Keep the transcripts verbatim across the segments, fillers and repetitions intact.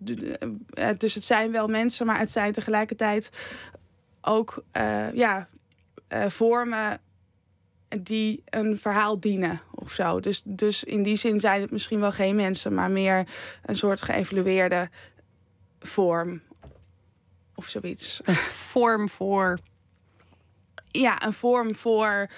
dus het zijn wel mensen, maar het zijn tegelijkertijd ook uh, ja, uh, vormen die een verhaal dienen of zo. Dus, dus in die zin zijn het misschien wel geen mensen, maar meer een soort geëvalueerde vorm of zoiets. Een vorm voor... Ja, een vorm voor,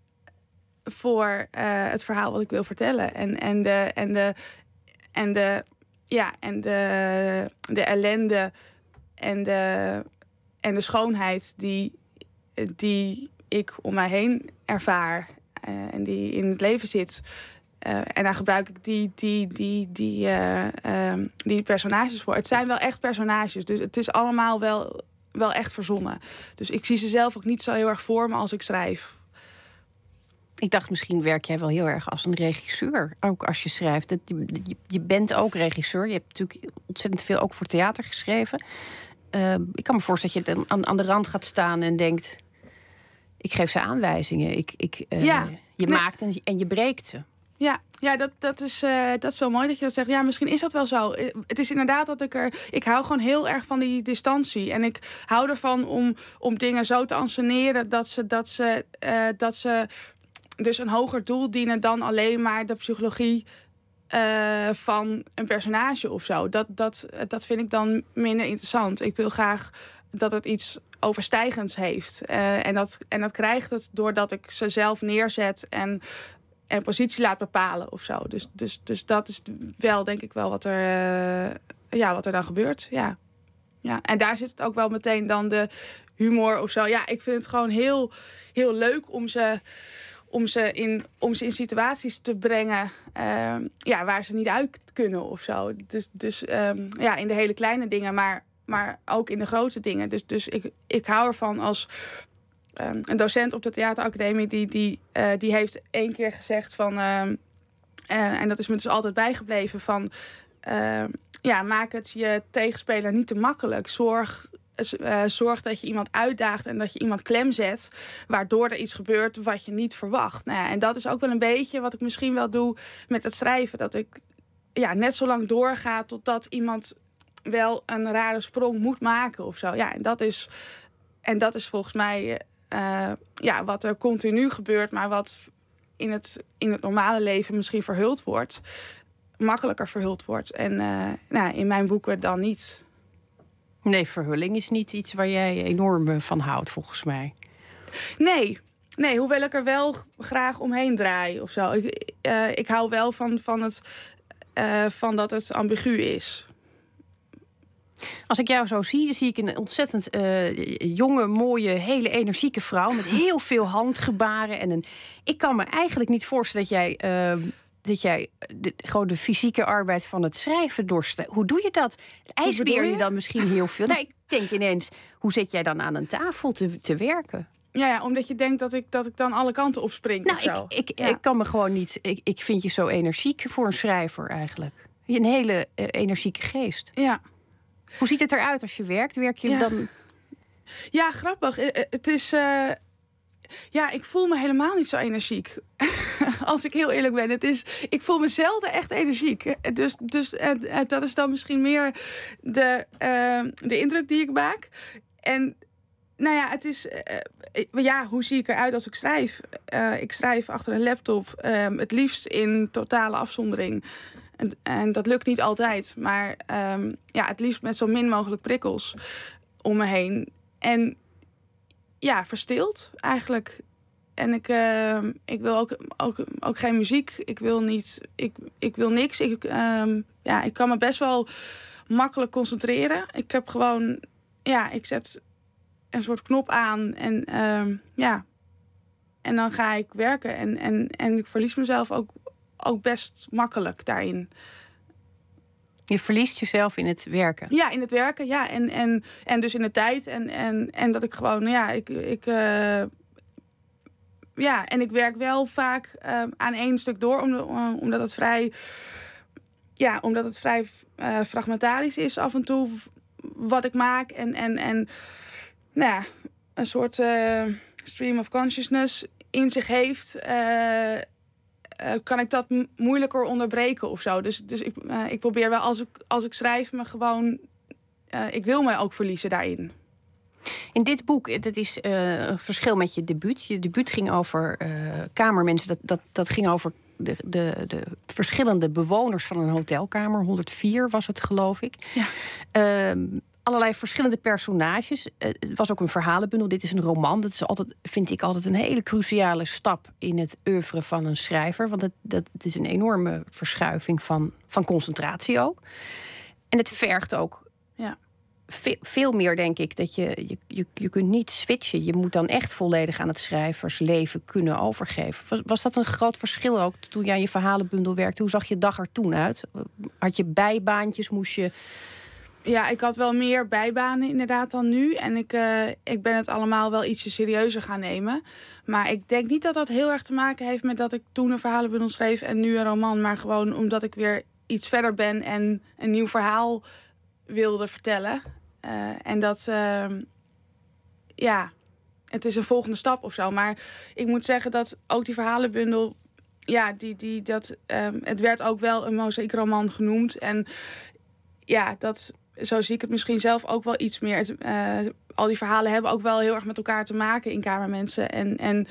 voor uh, het verhaal wat ik wil vertellen. En, en de... En de, en de ja, en de, de ellende en de, en de schoonheid die, die ik om mij heen ervaar uh, en die in het leven zit. Uh, en daar gebruik ik die, die, die, die, uh, uh, die personages voor. Het zijn wel echt personages, dus het is allemaal wel, wel echt verzonnen. Dus ik zie ze zelf ook niet zo heel erg voor me als ik schrijf. Ik dacht, misschien werk jij wel heel erg als een regisseur. Ook als je schrijft. Je, je, je bent ook regisseur. Je hebt natuurlijk ontzettend veel ook voor theater geschreven. Uh, ik kan me voorstellen dat je aan, aan de rand gaat staan en denkt... ik geef ze aanwijzingen. Ik, ik, uh, ja, je nee. maakt en, en je breekt ze. Ja, ja dat, dat, is, uh, dat is wel mooi dat je dat zegt. Ja, misschien is dat wel zo. Het is inderdaad dat ik er... Ik hou gewoon heel erg van die distantie. En ik hou ervan om, om dingen zo te anseneren... dat ze... Dat ze, uh, dat ze dus een hoger doel dienen dan alleen maar de psychologie uh, van een personage of zo. Dat, dat, dat vind ik dan minder interessant. Ik wil graag dat het iets overstijgends heeft. Uh, en, dat, en dat krijgt het doordat ik ze zelf neerzet en, en positie laat bepalen of zo. Dus, dus, dus dat is wel, denk ik wel, wat er, uh, ja, wat er dan gebeurt. Ja. Ja. En daar zit het ook wel meteen dan de humor of zo. Ja, ik vind het gewoon heel, heel leuk om ze... Om ze, in, om ze in situaties te brengen uh, ja, waar ze niet uit kunnen of zo. Dus, dus um, ja, in de hele kleine dingen, maar, maar ook in de grote dingen. Dus, dus ik, ik hou ervan als um, een docent op de theateracademie... die, die, uh, die heeft één keer gezegd van... Uh, uh, en dat is me dus altijd bijgebleven van... Uh, ja, maak het je tegenspeler niet te makkelijk. Zorg... Uh, zorg dat je iemand uitdaagt en dat je iemand klem zet... waardoor er iets gebeurt wat je niet verwacht. Nou ja, en dat is ook wel een beetje wat ik misschien wel doe met het schrijven. Dat ik ja, net zo lang doorga totdat iemand wel een rare sprong moet maken of zo. Ja, en dat is, en dat is volgens mij uh, ja, wat er continu gebeurt... maar wat in het, in het normale leven misschien verhuld wordt. Makkelijker verhuld wordt. En uh, nou, in mijn boeken dan niet... Nee, verhulling is niet iets waar jij enorm van houdt, volgens mij. Nee, nee, hoewel ik er wel graag omheen draai of zo. Ik, uh, ik hou wel van, van, het, uh, van dat het ambigu is. Als ik jou zo zie, dan zie ik een ontzettend uh, jonge, mooie, hele energieke vrouw... met heel veel handgebaren. En een... Ik kan me eigenlijk niet voorstellen dat jij... Uh, dat jij de, gewoon de fysieke arbeid van het schrijven doorstaat. Hoe doe je dat? IJsbeer je? je dan misschien heel veel? Nou, ik denk ineens, hoe zit jij dan aan een tafel te, te werken? Ja, ja, omdat je denkt dat ik, dat ik dan alle kanten op spring. Nou, of zo. Ik, ik, ja. ik kan me gewoon niet... Ik, ik vind je zo energiek voor een schrijver eigenlijk. Een hele uh, energieke geest. Ja. Hoe ziet het eruit als je werkt? Werk je ja. dan... Ja, grappig. Het is... Uh... Ja, ik voel me helemaal niet zo energiek. Als ik heel eerlijk ben. Het is, ik voel me zelden echt energiek. Dus, dus uh, dat is dan misschien meer de, uh, de indruk die ik maak. En nou ja, het is... Uh, ja, hoe zie ik eruit als ik schrijf? Uh, ik schrijf achter een laptop. Uh, het liefst in totale afzondering. En, en dat lukt niet altijd. Maar um, ja, het liefst met zo min mogelijk prikkels om me heen. En ja, verstild eigenlijk. En ik, uh, ik wil ook, ook, ook geen muziek. Ik wil niet. Ik, ik wil niks. Ik, um, ja, ik kan me best wel makkelijk concentreren. Ik heb gewoon. Ja, ik zet een soort knop aan. En um, ja. En dan ga ik werken. En, en, en ik verlies mezelf ook, ook best makkelijk daarin. Je verliest jezelf in het werken. Ja, in het werken, ja. En, en, en dus in de tijd. En, en, en dat ik gewoon, ja, ik... ik uh, ja, en ik werk wel vaak uh, aan één stuk door, omdat het vrij... Ja, omdat het vrij uh, fragmentarisch is af en toe, wat ik maak. En, en, en nou ja, een soort uh, stream of consciousness in zich heeft... Uh, uh, kan ik dat m- moeilijker onderbreken of zo. Dus, dus ik, uh, ik probeer wel, als ik, als ik schrijf, me gewoon... Uh, ik wil me ook verliezen daarin. In dit boek, dat is uh, een verschil met je debuut. Je debuut ging over uh, kamermensen. Dat, dat, dat ging over de, de, de verschillende bewoners van een hotelkamer. honderdvier was het, geloof ik. Ja. Uh, allerlei verschillende personages. Uh, het was ook een verhalenbundel. Dit is een roman. Dat is altijd, vind ik altijd een hele cruciale stap in het oeuvre van een schrijver. Want dat, dat, het is een enorme verschuiving van, van concentratie ook. En het vergt ook... Ja. Veel, veel meer, denk ik, dat je, je, je, je kunt niet switchen. Je moet dan echt volledig aan het schrijversleven kunnen overgeven. Was, was dat een groot verschil ook toen je aan je verhalenbundel werkte? Hoe zag je dag er toen uit? Had je bijbaantjes? Moest je... Ja, ik had wel meer bijbanen inderdaad dan nu. En ik, uh, ik ben het allemaal wel ietsje serieuzer gaan nemen. Maar ik denk niet dat dat heel erg te maken heeft met dat ik toen een verhalenbundel schreef en nu een roman. Maar gewoon omdat ik weer iets verder ben en een nieuw verhaal wilde vertellen. Uh, en dat, uh, ja, het is een volgende stap of zo. Maar ik moet zeggen dat ook die verhalenbundel, ja, die, die, dat, um, het werd ook wel een mozaïekroman genoemd. En ja, dat, zo zie ik het misschien zelf ook wel iets meer. Het, uh, al die verhalen hebben ook wel heel erg met elkaar te maken in Kamermensen. En, en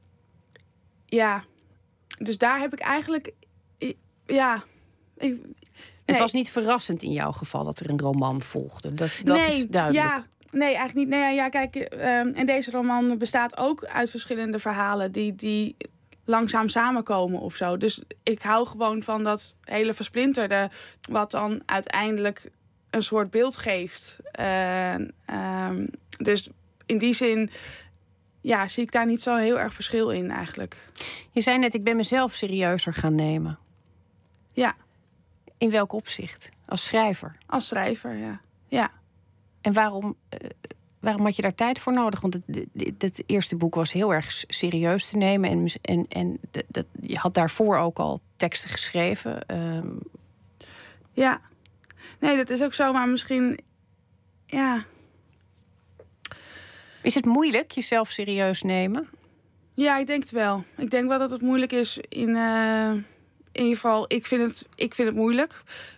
ja, dus daar heb ik eigenlijk, ja... Ik, Het nee. was niet verrassend in jouw geval dat er een roman volgde. Dat, dat nee, is duidelijk. Ja, nee, eigenlijk niet. Nee, ja, kijk, um, en deze roman bestaat ook uit verschillende verhalen die, die langzaam samenkomen of zo. Dus ik hou gewoon van dat hele versplinterde, wat dan uiteindelijk een soort beeld geeft. Uh, um, dus in die zin, ja, zie ik daar niet zo heel erg verschil in eigenlijk. Je zei net, ik ben mezelf serieuzer gaan nemen. Ja. In welk opzicht? Als schrijver? Als schrijver, ja. Ja. En waarom, uh, waarom had je daar tijd voor nodig? Want het, het, het eerste boek was heel erg serieus te nemen. En, en, en dat, dat, je had daarvoor ook al teksten geschreven. Um... Ja. Nee, dat is ook zo. Maar misschien, ja... Is het moeilijk, jezelf serieus nemen? Ja, ik denk het wel. Ik denk wel dat het moeilijk is in... Uh... In ieder geval, ik vind het, ik vind het moeilijk.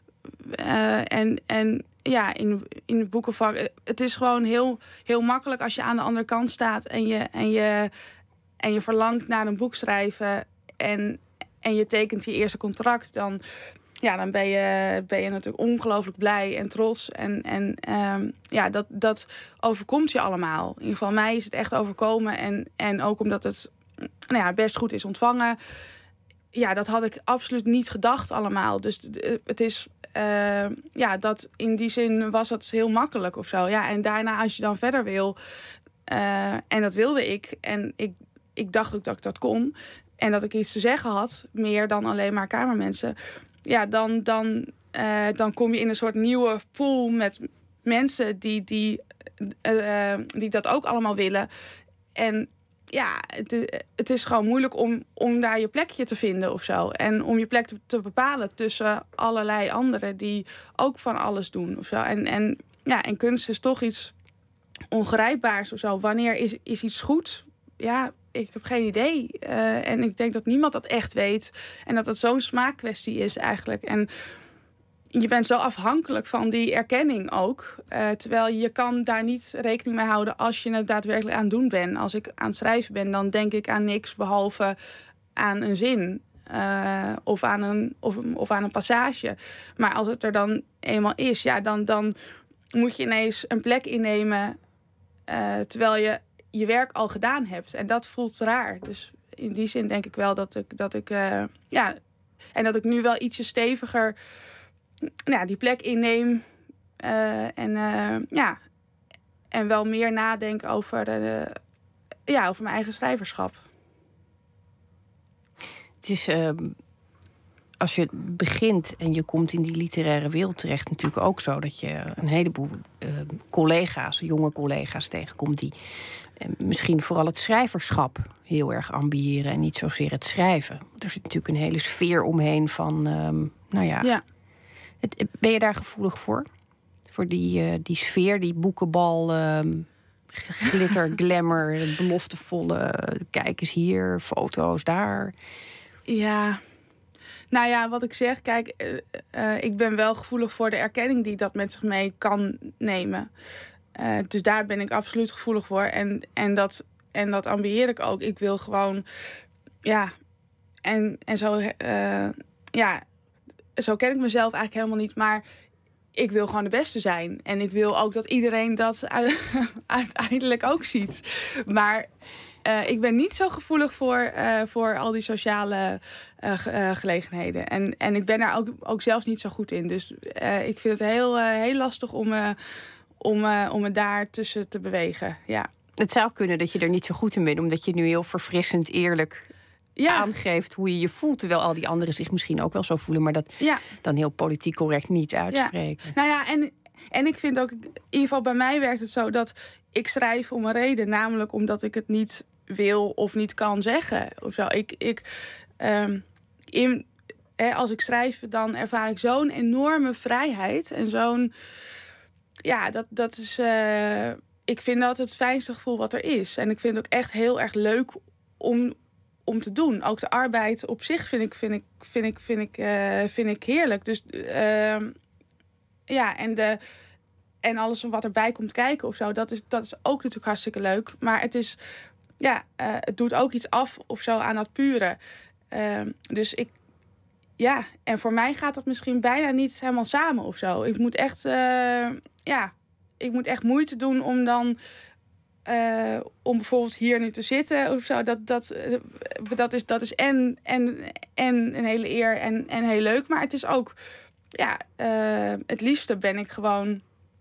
Uh, en, en ja, in, in het boekenvak... Het is gewoon heel, heel makkelijk als je aan de andere kant staat... en je, en je, en je verlangt naar een boek schrijven... en, en je tekent je eerste contract... dan, ja, dan ben, je, ben je natuurlijk ongelooflijk blij en trots. En, en um, ja, dat, dat overkomt je allemaal. In ieder geval, mij is het echt overkomen. En, en ook omdat het nou ja, best goed is ontvangen... Ja, dat had ik absoluut niet gedacht allemaal. Dus het is, uh, ja, dat in die zin was het heel makkelijk of zo. Ja, en daarna als je dan verder wil, uh, en dat wilde ik. En ik, ik dacht ook dat ik dat kon. En dat ik iets te zeggen had, meer dan alleen maar kamermensen. Ja, dan, dan, uh, dan kom je in een soort nieuwe pool met mensen die, die, uh, die dat ook allemaal willen. En ja, het, het is gewoon moeilijk om, om daar je plekje te vinden of zo. En om je plek te, te bepalen tussen allerlei anderen die ook van alles doen of zo. En, en, ja, en kunst is toch iets ongrijpbaars of zo. Wanneer is, is iets goed? Ja, ik heb geen idee. Uh, en ik denk dat niemand dat echt weet. En dat het zo'n smaakkwestie is eigenlijk. En je bent zo afhankelijk van die erkenning ook. Uh, terwijl je kan daar niet rekening mee houden als je het daadwerkelijk aan het doen bent. Als ik aan het schrijven ben, dan denk ik aan niks behalve aan een zin. Uh, of, aan een, of, of aan een passage. Maar als het er dan eenmaal is, ja, dan, dan moet je ineens een plek innemen. Uh, terwijl je je werk al gedaan hebt. En dat voelt raar. Dus in die zin denk ik wel dat ik... Dat ik uh, ja, en dat ik nu wel ietsje steviger... Nou, die plek inneem uh, en, uh, ja, en wel meer nadenk over, uh, ja, over mijn eigen schrijverschap. Het is, uh, als je begint en je komt in die literaire wereld terecht... natuurlijk ook zo dat je een heleboel uh, collega's, jonge collega's tegenkomt... die uh, misschien vooral het schrijverschap heel erg ambiëren... en niet zozeer het schrijven. Er zit natuurlijk een hele sfeer omheen van, um, nou ja... ja. Ben je daar gevoelig voor? Voor die, uh, die sfeer, die boekenbal, uh, glitter, glamour, beloftevolle... kijk eens hier, foto's daar. Ja, nou ja, wat ik zeg, kijk, uh, uh, ik ben wel gevoelig voor de erkenning die dat met zich mee kan nemen. Uh, dus daar ben ik absoluut gevoelig voor. En, en, dat, en dat ambieer ik ook. Ik wil gewoon, ja, en, en zo, uh, ja, zo ken ik mezelf eigenlijk helemaal niet, maar ik wil gewoon de beste zijn. En ik wil ook dat iedereen dat uiteindelijk ook ziet. Maar uh, ik ben niet zo gevoelig voor, uh, voor al die sociale uh, uh, gelegenheden. En, en ik ben daar ook, ook zelfs niet zo goed in. Dus uh, ik vind het heel, uh, heel lastig om, uh, om, uh, om me daar tussen te bewegen. Ja. Het zou kunnen dat je er niet zo goed in bent, omdat je nu heel verfrissend eerlijk ja. aangeeft hoe je je voelt, terwijl al die anderen zich misschien ook wel zo voelen, maar dat ja. dan heel politiek correct niet uitspreken. Ja. Nou ja, en, en ik vind ook, in ieder geval bij mij werkt het zo dat ik schrijf om een reden, namelijk omdat ik het niet wil of niet kan zeggen. Of zo. Ik, ik, um, in, hè, als ik schrijf, dan ervaar ik zo'n enorme vrijheid en zo'n, ja, dat, dat is, uh, ik vind dat het fijnste gevoel wat er is. En ik vind het ook echt heel erg leuk om om te doen. Ook de arbeid op zich vind ik, vind ik, vind ik, vind ik, uh, vind ik heerlijk. Dus uh, ja, en, de, en alles wat erbij komt kijken of zo, dat is, dat is ook natuurlijk hartstikke leuk. Maar het is, ja, uh, het doet ook iets af of zo aan dat pure. Uh, dus ik, ja, en voor mij gaat dat misschien bijna niet helemaal samen of zo. Ik moet echt, uh, ja, ik moet echt moeite doen om dan Uh, om bijvoorbeeld hier nu te zitten of zo. Dat, dat, dat is, dat is en, en, en een hele eer en, en heel leuk. Maar het is ook, ja, uh, het liefste ben ik gewoon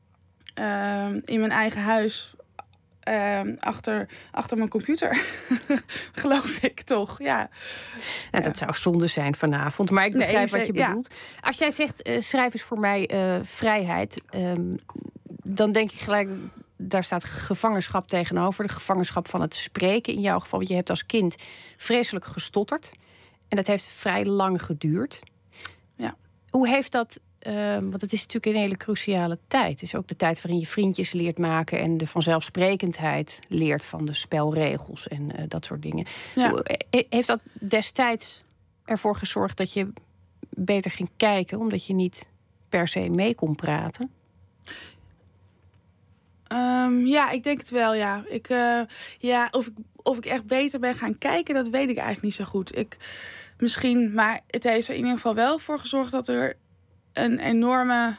uh, in mijn eigen huis uh, achter, achter mijn computer. Geloof ik toch, ja. ja. Dat zou zonde zijn vanavond, maar ik begrijp nee, wat je ja. bedoelt. Als jij zegt, uh, schrijf is voor mij uh, vrijheid, um, dan denk ik gelijk, daar staat gevangenschap tegenover. De gevangenschap van het spreken in jouw geval. Want je hebt als kind vreselijk gestotterd. En dat heeft vrij lang geduurd. Ja. Hoe heeft dat, uh, want het is natuurlijk een hele cruciale tijd. Het is ook de tijd waarin je vriendjes leert maken en de vanzelfsprekendheid leert van de spelregels en uh, dat soort dingen. Ja. Hoe, he, heeft dat destijds ervoor gezorgd dat je beter ging kijken, omdat je niet per se mee kon praten? Um, ja, ik denk het wel, ja. Ik, uh, ja of, ik, of ik echt beter ben gaan kijken, dat weet ik eigenlijk niet zo goed. Ik, misschien, maar het heeft er in ieder geval wel voor gezorgd dat er een enorme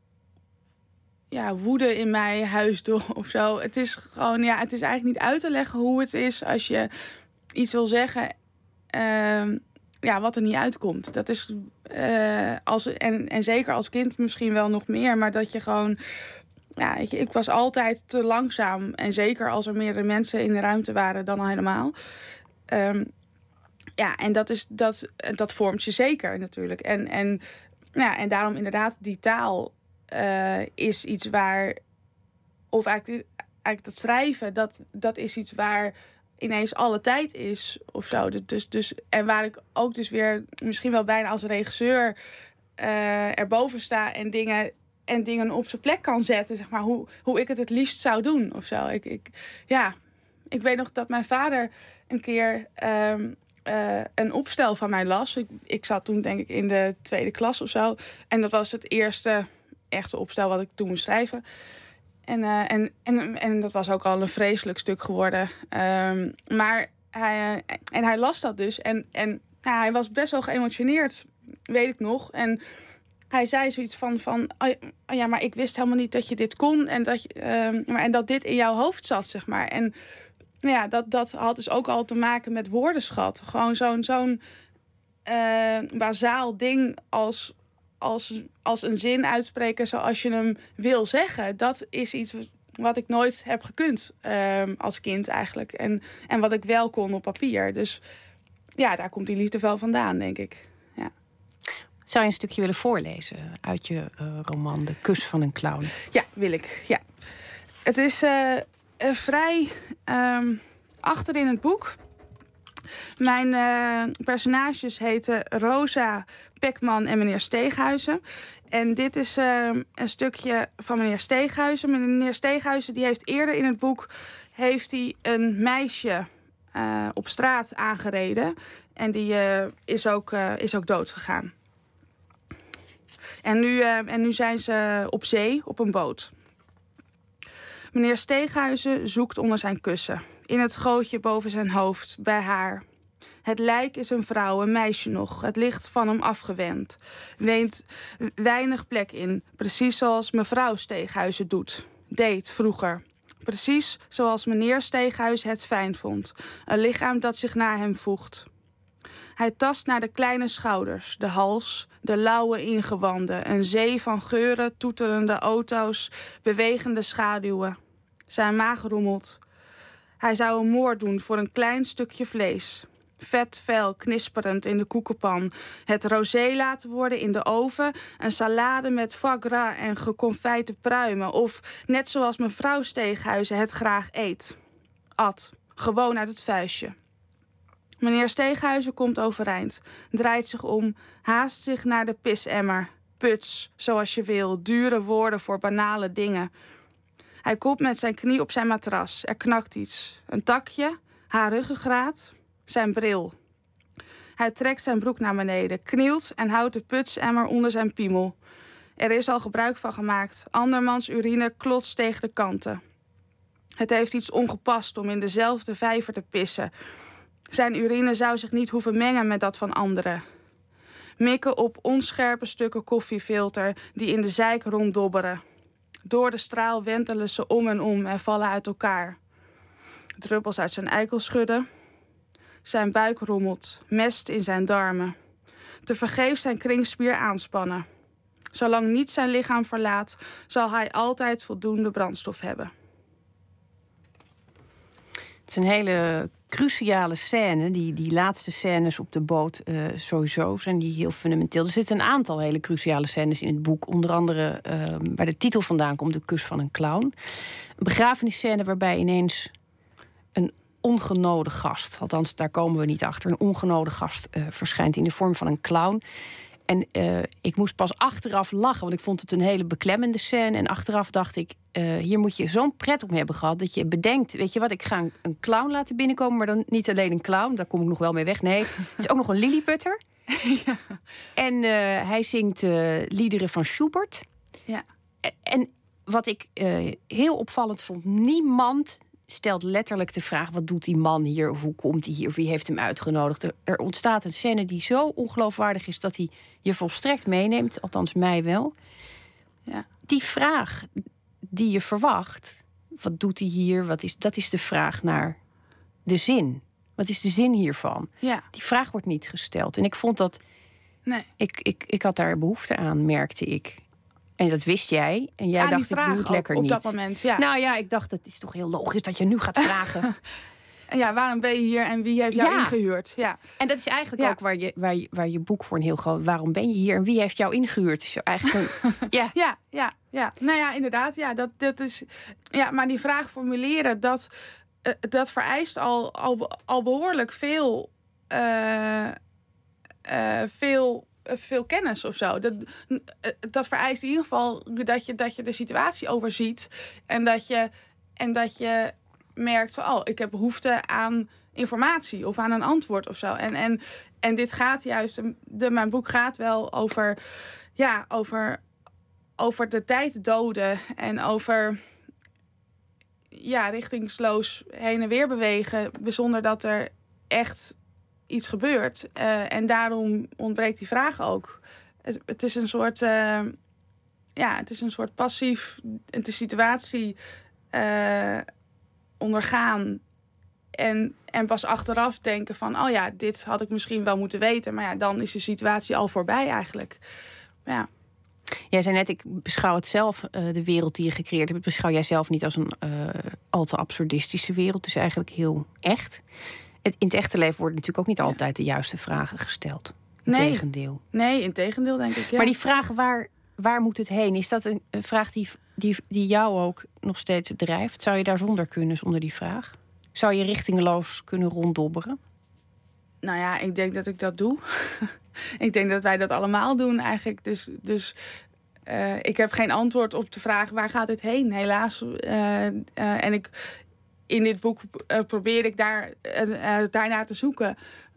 ja, woede in mij huisde of zo. Het is gewoon, ja, het is eigenlijk niet uit te leggen hoe het is als je iets wil zeggen, uh, ja, wat er niet uitkomt. Dat is, uh, als, en, en zeker als kind misschien wel nog meer, maar dat je gewoon, ja, weet je, ik was altijd te langzaam. En zeker als er meerdere mensen in de ruimte waren, dan al helemaal. Um, ja, en dat, is, dat, dat vormt je zeker natuurlijk. En, en, ja, en daarom inderdaad, die taal uh, is iets waar, of eigenlijk, eigenlijk dat schrijven, dat, dat is iets waar ineens alle tijd is of zo. Dus, dus, en waar ik ook dus weer misschien wel bijna als regisseur uh, erboven sta en dingen, en dingen op zijn plek kan zetten, zeg maar, hoe, hoe ik het het liefst zou doen of zo. Ik, ik, ja, ik weet nog dat mijn vader een keer um, uh, een opstel van mij las. Ik, ik zat toen denk ik in de tweede klas of zo. En dat was het eerste echte opstel wat ik toen moest schrijven. En, uh, en, en, en dat was ook al een vreselijk stuk geworden. Um, maar hij, uh, en hij las dat dus. En, en ja, hij was best wel geëmotioneerd, weet ik nog. En hij zei zoiets van, van oh ja, maar ik wist helemaal niet dat je dit kon. En dat, je, um, maar, en dat dit in jouw hoofd zat, zeg maar. En ja, dat, dat had dus ook al te maken met woordenschat. Gewoon zo'n zo'n uh, bazaal ding als, als, als een zin uitspreken zoals je hem wil zeggen. Dat is iets wat ik nooit heb gekund um, als kind eigenlijk. En, en wat ik wel kon op papier. Dus ja, daar komt die liefde wel vandaan, denk ik. Ja. Zou je een stukje willen voorlezen uit je uh, roman De Kus van een Clown? Ja, wil ik. Ja. Het is uh, uh, vrij um, achter in het boek. Mijn uh, personages heten Rosa, Pekman en meneer Steeghuizen. En dit is uh, een stukje van meneer Steeghuizen. Meneer Steeghuizen die heeft eerder in het boek heeft hij een meisje uh, op straat aangereden. en die uh, is, ook, uh, is ook dood gegaan. En nu, uh, en nu zijn ze op zee op een boot. Meneer Steeghuizen zoekt onder zijn kussen. In het gootje boven zijn hoofd, bij haar. Het lijk is een vrouw, een meisje nog. Het ligt van hem afgewend. Weent weinig plek in. Precies zoals mevrouw Steeghuizen doet. Deed vroeger. Precies zoals meneer Steeghuizen het fijn vond. Een lichaam dat zich naar hem voegt. Hij tast naar de kleine schouders, de hals, de lauwe ingewanden. Een zee van geuren, toeterende auto's, bewegende schaduwen. Zijn maag rommelt. Hij zou een moord doen voor een klein stukje vlees. Vet, fel, knisperend in de koekenpan. Het rosé laten worden in de oven. Een salade met foie gras en geconfijte pruimen. Of, net zoals mevrouw Steeghuizen het graag eet. At, gewoon uit het vuistje. Meneer Steeghuizen komt overeind. Draait zich om, haast zich naar de pisemmer. Puts, zoals je wil, dure woorden voor banale dingen. Hij komt met zijn knie op zijn matras. Er knakt iets. Een takje, haar ruggengraat, zijn bril. Hij trekt zijn broek naar beneden, knielt en houdt de putsemmer onder zijn piemel. Er is al gebruik van gemaakt. Andermans urine klotst tegen de kanten. Het heeft iets ongepast om in dezelfde vijver te pissen. Zijn urine zou zich niet hoeven mengen met dat van anderen. Mikken op onscherpe stukken koffiefilter die in de zeik ronddobberen. Door de straal wentelen ze om en om en vallen uit elkaar. Druppels uit zijn eikel schudden. Zijn buik rommelt, mest in zijn darmen. Tevergeefs zijn kringspier aanspannen. Zolang niets zijn lichaam verlaat, zal hij altijd voldoende brandstof hebben. Het is een hele cruciale scène. Die, die laatste scènes op de boot uh, sowieso zijn die heel fundamenteel. Er zitten een aantal hele cruciale scènes in het boek. Onder andere uh, waar de titel vandaan komt, De kus van een clown. Een begrafenisscène waarbij ineens een ongenode gast, althans daar komen we niet achter, een ongenode gast uh, verschijnt in de vorm van een clown. En uh, ik moest pas achteraf lachen, want ik vond het een hele beklemmende scène. En achteraf dacht ik, uh, hier moet je zo'n pret om hebben gehad dat je bedenkt, weet je wat, ik ga een, een clown laten binnenkomen, maar dan niet alleen een clown, daar kom ik nog wel mee weg. Nee, het is ook nog een lilliputter. Ja. En uh, hij zingt uh, liederen van Schubert. Ja. En wat ik uh, heel opvallend vond, niemand stelt letterlijk de vraag, wat doet die man hier? Of hoe komt hij hier? Of wie heeft hem uitgenodigd? Er, er ontstaat een scène die zo ongeloofwaardig is dat hij je volstrekt meeneemt. Althans, mij wel. Ja. Die vraag die je verwacht, wat doet hij hier? Wat is, dat is de vraag naar de zin. Wat is de zin hiervan? Ja. Die vraag wordt niet gesteld. En ik vond dat... Nee. Ik, ik, ik had daar behoefte aan, merkte ik. En dat wist jij. En jij aan dacht, die ik doe het lekker op niet. dat moment, ja. Nou ja, ik dacht, het is toch heel logisch dat je nu gaat vragen. Ja, waarom ben je hier en wie heeft jou ja. ingehuurd? Ja. En dat is eigenlijk ja. ook waar je, waar, je, waar je boek voor een heel groot... Waarom ben je hier en wie heeft jou ingehuurd? Is eigenlijk een, ja. ja, ja, ja. Nou ja, inderdaad. Ja, dat, dat is, ja, maar die vraag formuleren, dat, uh, dat vereist al, al, al behoorlijk veel... Uh, uh, veel veel kennis of zo. Dat, dat vereist in ieder geval dat je, dat je de situatie overziet. En dat je, en dat je merkt van, oh, ik heb behoefte aan informatie of aan een antwoord of zo. En, en, en dit gaat juist, de, mijn boek gaat wel over, ja, over, over de tijd doden en over, ja, richtingsloos heen en weer bewegen, zonder dat er echt iets gebeurt. Uh, en daarom ontbreekt die vraag ook. Het, het is een soort, uh, ja, het is een soort passief de situatie uh, ondergaan en, en pas achteraf denken van, oh ja, dit had ik misschien wel moeten weten, maar ja, dan is de situatie al voorbij eigenlijk. Ja. Jij zei net, ik beschouw het zelf, uh, de wereld die je gecreëerd hebt, beschouw jij zelf niet als een uh, al te absurdistische wereld. Het is eigenlijk heel echt. In het echte leven worden natuurlijk ook niet altijd de juiste vragen gesteld. Integendeel. Nee, nee, integendeel denk ik. Ja. Maar die vraag, waar, waar moet het heen? Is dat een, een vraag die, die, die jou ook nog steeds drijft? Zou je daar zonder kunnen, zonder die vraag? Zou je richtingeloos kunnen ronddobberen? Nou ja, ik denk dat ik dat doe. Ik denk dat wij dat allemaal doen eigenlijk. Dus, dus uh, ik heb geen antwoord op de vraag, waar gaat dit heen? Helaas. Uh, uh, en ik... In dit boek uh, probeer ik daar, uh, uh, daarnaar te zoeken.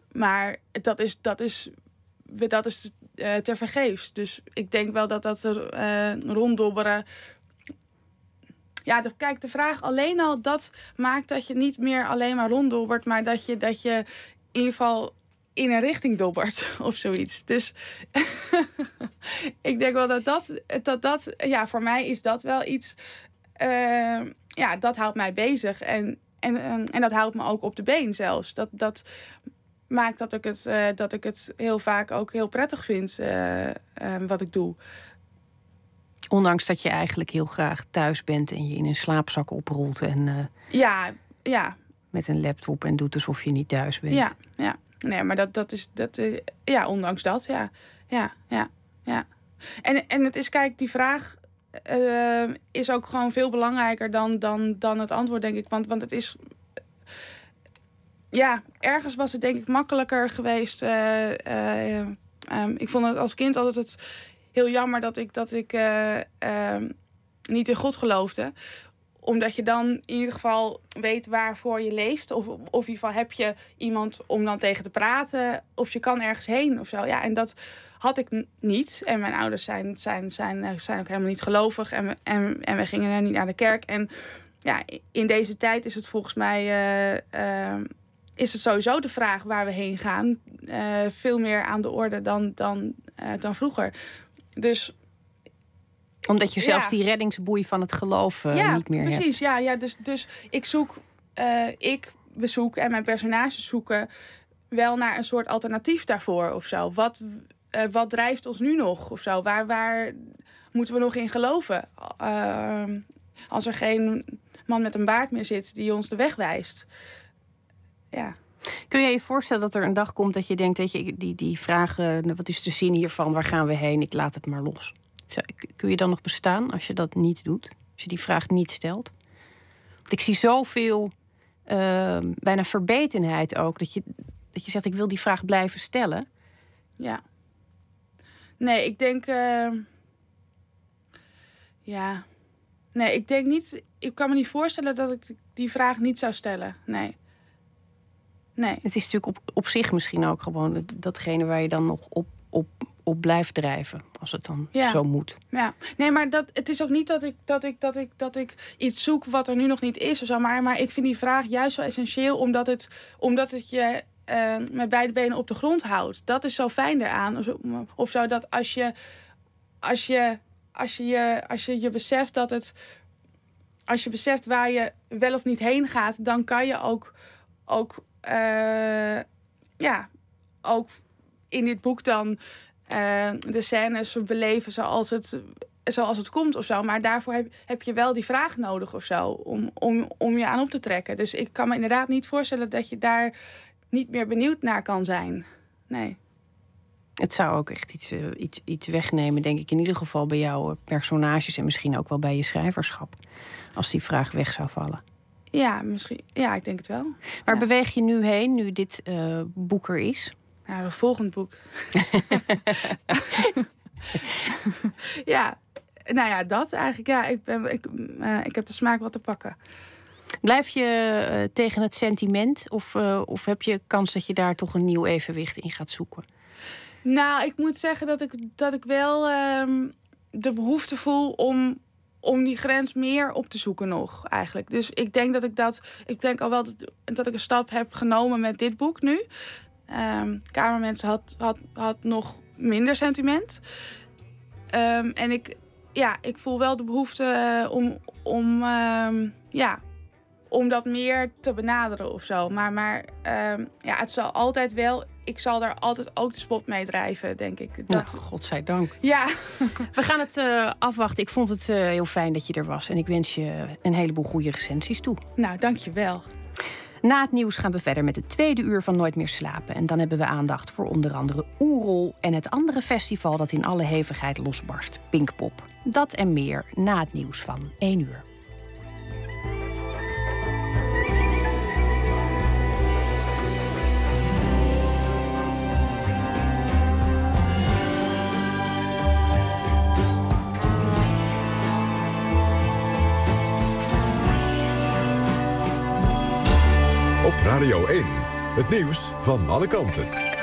maar dat is, dat is, dat is uh, tevergeefs. Dus ik denk wel dat dat er uh, ronddobberen... Ja, de, kijk, de vraag alleen al, dat maakt dat je niet meer alleen maar ronddobbert, maar dat je, dat je in ieder geval in een richting dobbert of zoiets. Dus ik denk wel dat dat, dat dat, ja, voor mij is dat wel iets, uh, ja, dat houdt mij bezig. En, en, en, en dat houdt me ook op de been zelfs. Dat, dat maakt dat ik, het, uh, dat ik het heel vaak ook heel prettig vind, uh, uh, wat ik doe. Ondanks dat je eigenlijk heel graag thuis bent en je in een slaapzak oprolt en uh, ja, ja. met een laptop en doet alsof je niet thuis bent. Ja, ja. Nee, maar dat, dat is, dat, uh, ja, ondanks dat, ja. Ja, ja, ja. En, en het is, kijk, die vraag uh, is ook gewoon veel belangrijker dan, dan, dan het antwoord, denk ik. Want, want het is, ja, ergens was het denk ik makkelijker geweest. Uh, uh, um, ik vond het als kind altijd het heel jammer dat ik, dat ik uh, uh, niet in God geloofde. Omdat je dan in ieder geval weet waarvoor je leeft. Of, of in ieder geval heb je iemand om dan tegen te praten. Of je kan ergens heen of zo. Ja, en dat had ik n- niet. En mijn ouders zijn, zijn, zijn, zijn ook helemaal niet gelovig. En we, en, en we gingen niet naar de kerk. En ja, in deze tijd is het volgens mij... Uh, uh, is het sowieso de vraag waar we heen gaan. Uh, veel meer aan de orde dan, dan, uh, dan vroeger. Dus... Omdat je zelf ja. die reddingsboei van het geloof uh, ja, niet meer precies, hebt. Ja, ja, dus, dus ik zoek, uh, ik bezoek en mijn personages zoeken wel naar een soort alternatief daarvoor of zo. Wat, uh, wat drijft ons nu nog of zo? Waar, waar moeten we nog in geloven? Uh, als er geen man met een baard meer zit die ons de weg wijst. Ja. Kun je je voorstellen dat er een dag komt dat je denkt, weet je, die, die vragen, wat is de zin hiervan? Waar gaan we heen? Ik laat het maar los. Kun je dan nog bestaan als je dat niet doet? Als je die vraag niet stelt? Want ik zie zoveel, uh, bijna verbetenheid ook. Dat je, dat je zegt, ik wil die vraag blijven stellen. Ja. Nee, ik denk... Uh... Ja. Nee, ik denk niet... Ik kan me niet voorstellen dat ik die vraag niet zou stellen. Nee. Nee. Het is natuurlijk op, op zich misschien ook gewoon datgene waar je dan nog op... op op blijft drijven, als het dan ja. zo moet. Ja, nee, maar dat, het is ook niet dat ik, dat, ik, dat, ik, dat ik iets zoek wat er nu nog niet is of zo, maar, maar ik vind die vraag juist zo essentieel, omdat het, omdat het je uh, met beide benen op de grond houdt. Dat is zo fijn eraan. Of zo, of zo dat als je, als je, als je, je, als je je beseft dat het, als je beseft waar je wel of niet heen gaat, dan kan je ook, ook, uh, ja, ook in dit boek dan Uh, de scènes beleven zoals het, zoals het komt of zo. Maar daarvoor heb, heb je wel die vraag nodig of zo. Om, om, om je aan op te trekken. Dus ik kan me inderdaad niet voorstellen dat je daar niet meer benieuwd naar kan zijn. Nee. Het zou ook echt iets, uh, iets, iets wegnemen, denk ik. In ieder geval bij jouw personages en misschien ook wel bij je schrijverschap. Als die vraag weg zou vallen. Ja, misschien. Ja, ik denk het wel. Waar ja. beweeg je nu heen, nu dit uh, boek er is? Nou, het volgende boek. Ja, nou ja, dat eigenlijk. Ja, ik, ben, ik, uh, ik heb de smaak wat te pakken. Blijf je uh, tegen het sentiment? Of, uh, of heb je kans dat je daar toch een nieuw evenwicht in gaat zoeken? Nou, ik moet zeggen dat ik, dat ik wel uh, de behoefte voel om, om die grens meer op te zoeken nog, eigenlijk. Dus ik denk dat ik dat... Ik denk al wel dat, dat ik een stap heb genomen met dit boek nu. Um, Kamermensen had, had, had nog minder sentiment. Um, en ik, ja, ik voel wel de behoefte uh, om, om, um, ja, om dat meer te benaderen of zo. Maar, maar um, ja, het zal altijd wel... Ik zal daar altijd ook de spot mee drijven, denk ik. Dat... Nou, godzijdank. Ja. We gaan het uh, afwachten. Ik vond het uh, heel fijn dat je er was. En ik wens je een heleboel goede recensies toe. Nou, dank je wel. Na het nieuws gaan we verder met het tweede uur van Nooit meer slapen. En dan hebben we aandacht voor onder andere Oerol en het andere festival dat in alle hevigheid losbarst, Pinkpop. Dat en meer na het nieuws van één uur. Op Radio één, Het nieuws van alle kanten.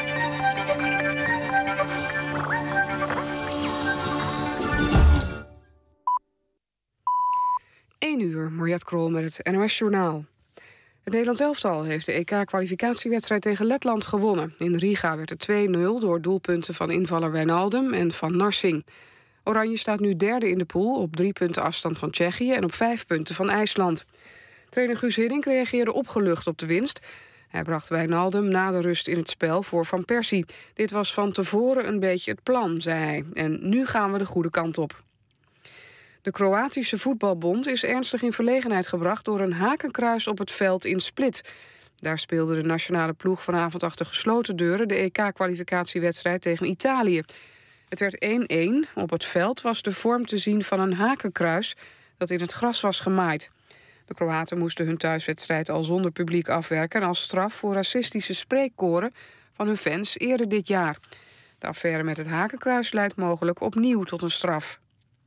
één uur, Mariette Krol met het N O S-journaal. Het Nederlands elftal heeft de E K-kwalificatiewedstrijd tegen Letland gewonnen. In Riga werd het twee nul door doelpunten van invaller Wijnaldum en Van Narsing. Oranje staat nu derde in de pool op drie punten afstand van Tsjechië en op vijf punten van IJsland. Trainer Guus Hiddink reageerde opgelucht op de winst. Hij bracht Wijnaldum na de rust in het spel voor Van Persie. Dit was van tevoren een beetje het plan, zei hij. En nu gaan we de goede kant op. De Kroatische Voetbalbond is ernstig in verlegenheid gebracht door een hakenkruis op het veld in Split. Daar speelde de nationale ploeg vanavond achter gesloten deuren de E K-kwalificatiewedstrijd tegen Italië. Het werd één-één. Op het veld was de vorm te zien van een hakenkruis dat in het gras was gemaaid. De Kroaten moesten hun thuiswedstrijd al zonder publiek afwerken als straf voor racistische spreekkoren van hun fans eerder dit jaar. De affaire met het hakenkruis leidt mogelijk opnieuw tot een straf.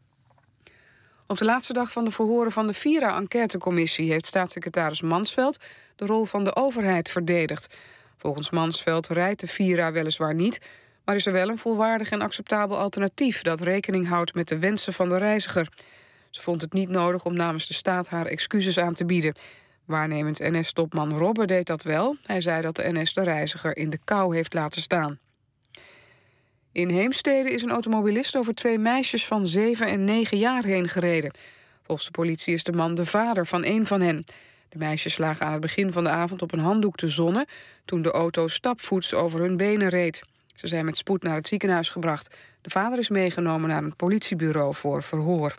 Op de laatste dag van de verhoren van de Vira-enquêtecommissie heeft staatssecretaris Mansveld de rol van de overheid verdedigd. Volgens Mansveld rijdt de Vira weliswaar niet, maar is er wel een volwaardig en acceptabel alternatief dat rekening houdt met de wensen van de reiziger. Ze vond het niet nodig om namens de staat haar excuses aan te bieden. Waarnemend N S-topman Robbe deed dat wel. Hij zei dat de N S de reiziger in de kou heeft laten staan. In Heemstede is een automobilist over twee meisjes van zeven en negen jaar heen gereden. Volgens de politie is de man de vader van één van hen. De meisjes lagen aan het begin van de avond op een handdoek te zonnen toen de auto stapvoets over hun benen reed. Ze zijn met spoed naar het ziekenhuis gebracht. De vader is meegenomen naar een politiebureau voor verhoor.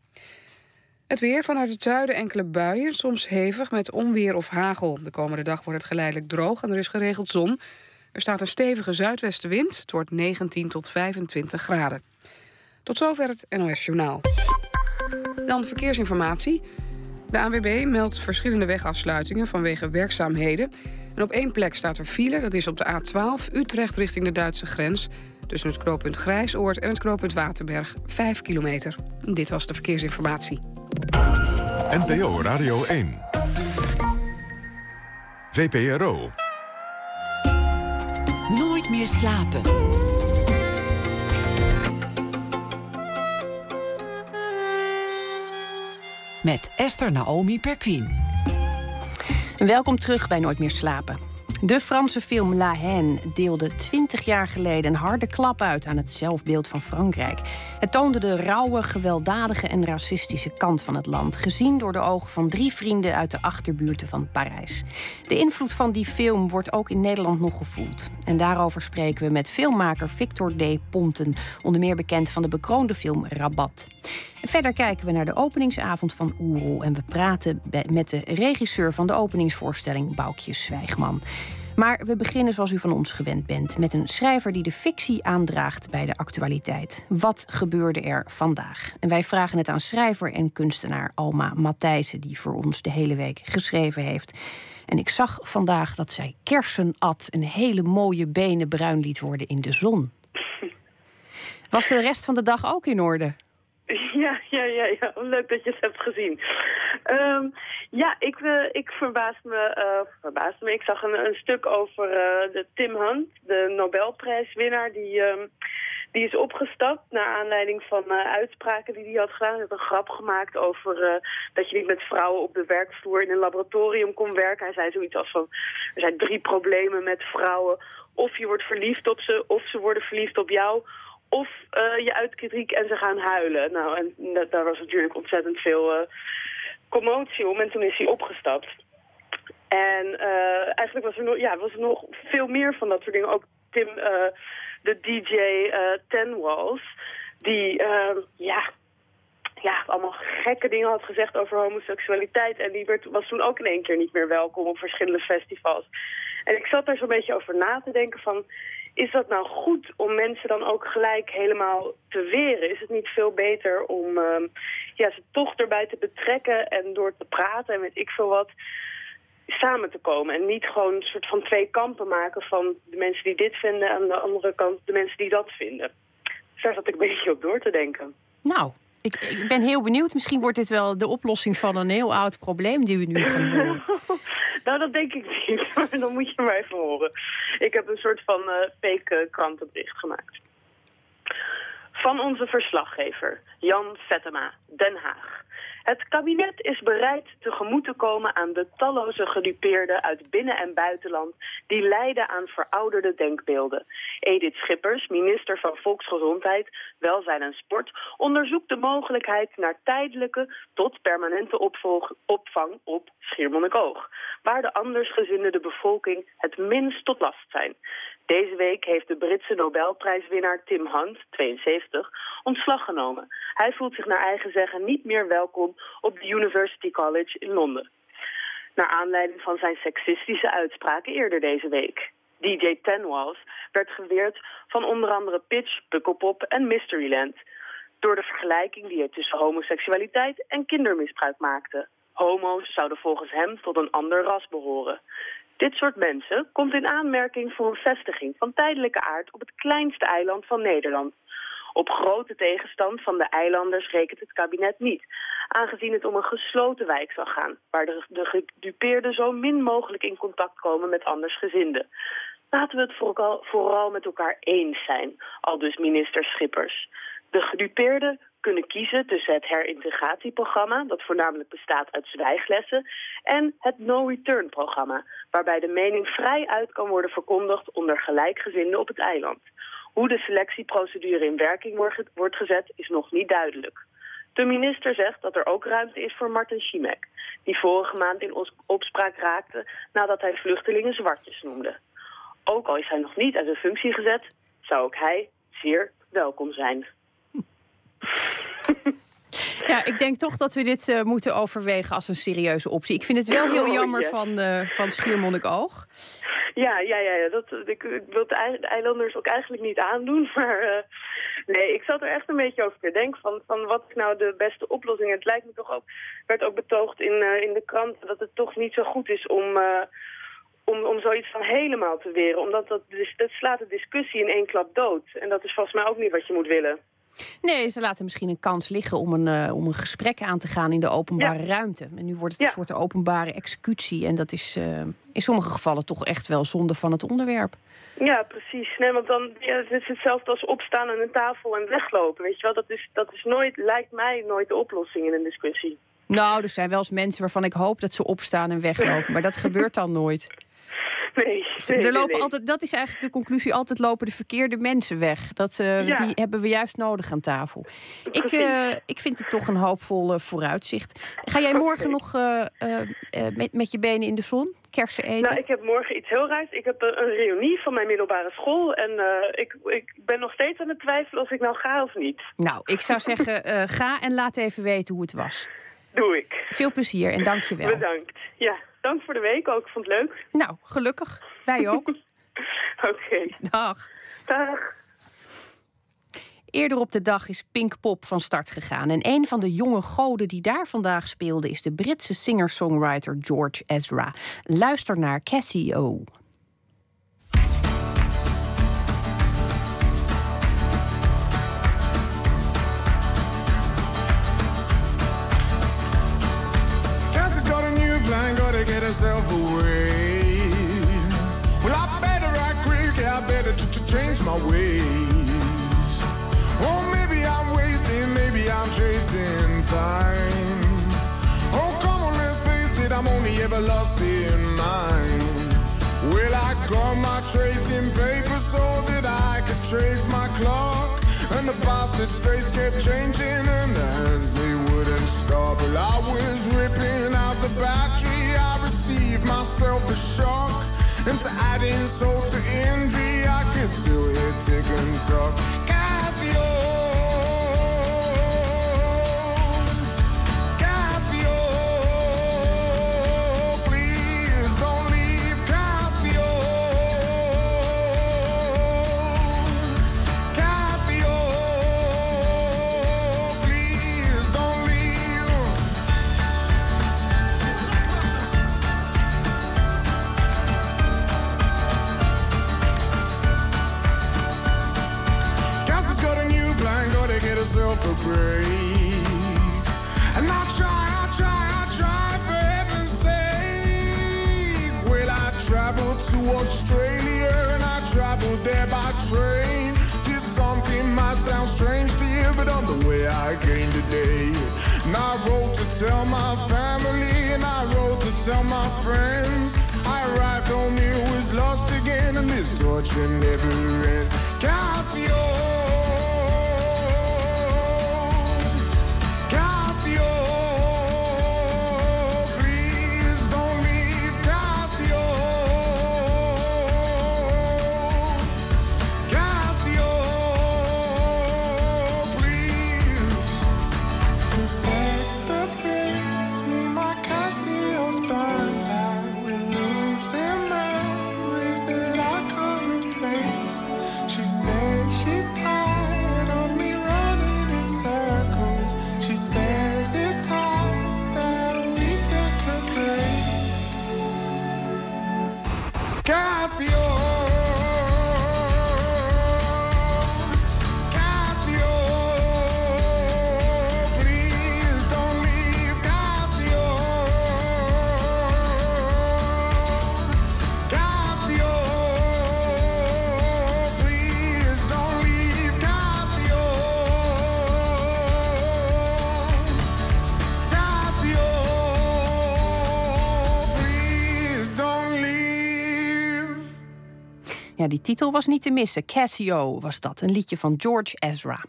Het weer, vanuit het zuiden enkele buien, soms hevig met onweer of hagel. De komende dag wordt het geleidelijk droog en er is geregeld zon. Er staat een stevige zuidwestenwind. Het wordt negentien tot vijfentwintig graden. Tot zover het N O S-journaal. Dan verkeersinformatie. De A N W B meldt verschillende wegafsluitingen vanwege werkzaamheden. En op één plek staat er file, dat is op de A twaalf, Utrecht richting de Duitse grens. Tussen het knooppunt Grijsoord en het knooppunt Waterberg, vijf kilometer. Dit was de verkeersinformatie. N P O Radio één. V P R O. Nooit meer slapen. Met Esther Naomi Perquin. Welkom terug bij Nooit meer slapen. De Franse film La Haine deelde twintig jaar geleden een harde klap uit aan het zelfbeeld van Frankrijk. Het toonde de rauwe, gewelddadige en racistische kant van het land, gezien door de ogen van drie vrienden uit de achterbuurten van Parijs. De invloed van die film wordt ook in Nederland nog gevoeld. En daarover spreken we met filmmaker Victor D. Ponten, onder meer bekend van de bekroonde film Rabat. En verder kijken we naar de openingsavond van Oerol en we praten met de regisseur van de openingsvoorstelling, Boukje Zwijgman. Maar we beginnen zoals u van ons gewend bent, met een schrijver die de fictie aandraagt bij de actualiteit. Wat gebeurde er vandaag? En wij vragen het aan schrijver en kunstenaar Alma Matthijssen, die voor ons de hele week geschreven heeft. En ik zag vandaag dat zij kersen at, een hele mooie benen bruin liet worden in de zon. Was de rest van de dag ook in orde? Ja, ja, ja, ja. Leuk dat je het hebt gezien. Um, ja, ik, uh, ik verbaasde me, uh, verbaasde me. Ik zag een, een stuk over uh, de Tim Hunt, de Nobelprijswinnaar, die, um, die is opgestapt naar aanleiding van uh, uitspraken die hij had gedaan. Hij had een grap gemaakt over uh, dat je niet met vrouwen op de werkvloer in een laboratorium kon werken. Hij zei zoiets als van, er zijn drie problemen met vrouwen. Of je wordt verliefd op ze, of ze worden verliefd op jou. Of uh, je uit kritiek en ze gaan huilen. Nou, en dat, daar was natuurlijk ontzettend veel uh, commotie om. En toen is hij opgestapt. En uh, eigenlijk was er, nog, ja, was er nog veel meer van dat soort dingen. Ook Tim, uh, de D J uh, Ten Walls, die uh, ja, ja, allemaal gekke dingen had gezegd over homoseksualiteit. En die werd, was toen ook in één keer niet meer welkom op verschillende festivals. En ik zat daar zo'n beetje over na te denken van, is dat nou goed om mensen dan ook gelijk helemaal te weren? Is het niet veel beter om uh, ja, ze toch erbij te betrekken en door te praten en weet ik veel wat, samen te komen? En niet gewoon een soort van twee kampen maken van de mensen die dit vinden en aan de andere kant de mensen die dat vinden. Dus daar zat ik een beetje op door te denken. Nou, ik, ik ben heel benieuwd. Misschien wordt dit wel de oplossing van een heel oud probleem die we nu gaan horen. Nou, dat denk ik niet. Maar dan moet je maar even horen. Ik heb een soort van uh, fake uh, krantenbericht gemaakt. Van onze verslaggever, Jan Vettema, Den Haag. Het kabinet is bereid tegemoet te komen aan de talloze gedupeerden uit binnen- en buitenland die lijden aan verouderde denkbeelden. Edith Schippers, minister van Volksgezondheid, Welzijn en Sport, onderzoekt de mogelijkheid naar tijdelijke tot permanente opvolg, opvang op Schiermonnikoog, waar de andersgezinde de bevolking het minst tot last zijn. Deze week heeft de Britse Nobelprijswinnaar Tim Hunt, tweeënzeventig, ontslag genomen. Hij voelt zich naar eigen zeggen niet meer welkom op de University College in Londen. Naar aanleiding van zijn seksistische uitspraken eerder deze week. D J Ten Walls werd geweerd van onder andere Pitch, Pukkelpop en Mysteryland, door de vergelijking die hij tussen homoseksualiteit en kindermisbruik maakte. Homo's zouden volgens hem tot een ander ras behoren. Dit soort mensen komt in aanmerking voor een vestiging van tijdelijke aard op het kleinste eiland van Nederland. Op grote tegenstand van de eilanders rekent het kabinet niet, aangezien het om een gesloten wijk zal gaan, waar de, de gedupeerden zo min mogelijk in contact komen met andersgezinden. Laten we het vooral, vooral met elkaar eens zijn, aldus minister Schippers. De gedupeerden kunnen kiezen tussen het herintegratieprogramma, dat voornamelijk bestaat uit zwijglessen, en het no-return-programma, waarbij de mening vrij uit kan worden verkondigd onder gelijkgezinden op het eiland. Hoe de selectieprocedure in werking wordt gezet is nog niet duidelijk. De minister zegt dat er ook ruimte is voor Martin Schimek, die vorige maand in opspraak raakte nadat hij vluchtelingen zwartjes noemde. Ook al is hij nog niet uit zijn functie gezet, zou ook hij zeer welkom zijn. Ja, ik denk toch dat we dit uh, moeten overwegen als een serieuze optie. Ik vind het wel heel jammer oh, yeah. van, uh, van Schiermonnikoog. Ja, ja, ja, ja. Dat, ik wil de eilanders ook eigenlijk niet aandoen. Maar uh, nee, ik zat er echt een beetje over te denken van, van wat is nou de beste oplossing. Het lijkt me toch ook, werd ook betoogd in, uh, in de krant dat het toch niet zo goed is om, uh, om, om zoiets van helemaal te weren. Omdat dat, dat slaat de discussie in één klap dood. En dat is volgens mij ook niet wat je moet willen. Nee, ze laten misschien een kans liggen om een, uh, om een gesprek aan te gaan in de openbare ja. ruimte. En nu wordt het ja. een soort openbare executie. En dat is uh, in sommige gevallen toch echt wel zonde van het onderwerp. Ja, precies. Nee, want dan ja, het is hetzelfde als opstaan aan een tafel en weglopen. Weet je wel, dat is, dat is nooit, lijkt mij nooit de oplossing in een discussie. Nou, er zijn wel eens mensen waarvan ik hoop dat ze opstaan en weglopen. Maar dat gebeurt dan nooit. Nee, nee, er lopen nee, nee. Altijd, dat is eigenlijk de conclusie. Altijd lopen de verkeerde mensen weg. Dat, uh, ja. Die hebben we juist nodig aan tafel. Ik, uh, ik vind het toch een hoopvol uh, vooruitzicht. Ga jij morgen okay. nog uh, uh, uh, met, met je benen in de zon kersen eten? Nou, ik heb morgen iets heel raars. Ik heb uh, een reunie van mijn middelbare school. En uh, ik, ik ben nog steeds aan het twijfelen of ik nou ga of niet. Nou, ik zou zeggen, uh, ga en laat even weten hoe het was. Doe ik. Veel plezier en dank je wel. Bedankt. Ja. Dank voor de week ook. Ik vond het leuk. Nou, gelukkig. Wij ook. Oké. Okay. Dag. Dag. Eerder op de dag is Pinkpop van start gegaan. En een van de jonge goden die daar vandaag speelde is de Britse singer-songwriter George Ezra. Luister naar Cassie O. Gotta get herself away. Well, I better act quick, I better change my ways. Oh, maybe I'm wasting, maybe I'm chasing time. Oh, come on, let's face it, I'm only ever lost in mine. Well, I got my tracing paper so that I could trace my clock. And the bastard face kept changing and the hands, they wouldn't stop. Well, I was ripping out the battery, I received myself a shock. And to add insult to injury, I could still hear tick and talk. Casio, Casio, please don't leave. Casio, Casio, please don't leave. Cassie's got a new Australia and I traveled there by train. This something might sound strange to you, but on the way I came today. And I wrote to tell my family and I wrote to tell my friends. I arrived home, it was lost again, and this torture never ends. Cassio, Cassio, please don't leave. Cassio, Cassio, please. Inspector brings me my Cassio's burnt out. Losing memories that I can't replace. She says she's tired of me running in circles. She says it's time that we take a break. Cassio, Cassio, please don't leave. Cassio, Cassio, please don't leave. Cassio, Cassio, please don't leave. Ja, die titel was niet te missen. Cassio was dat, een liedje van George Ezra.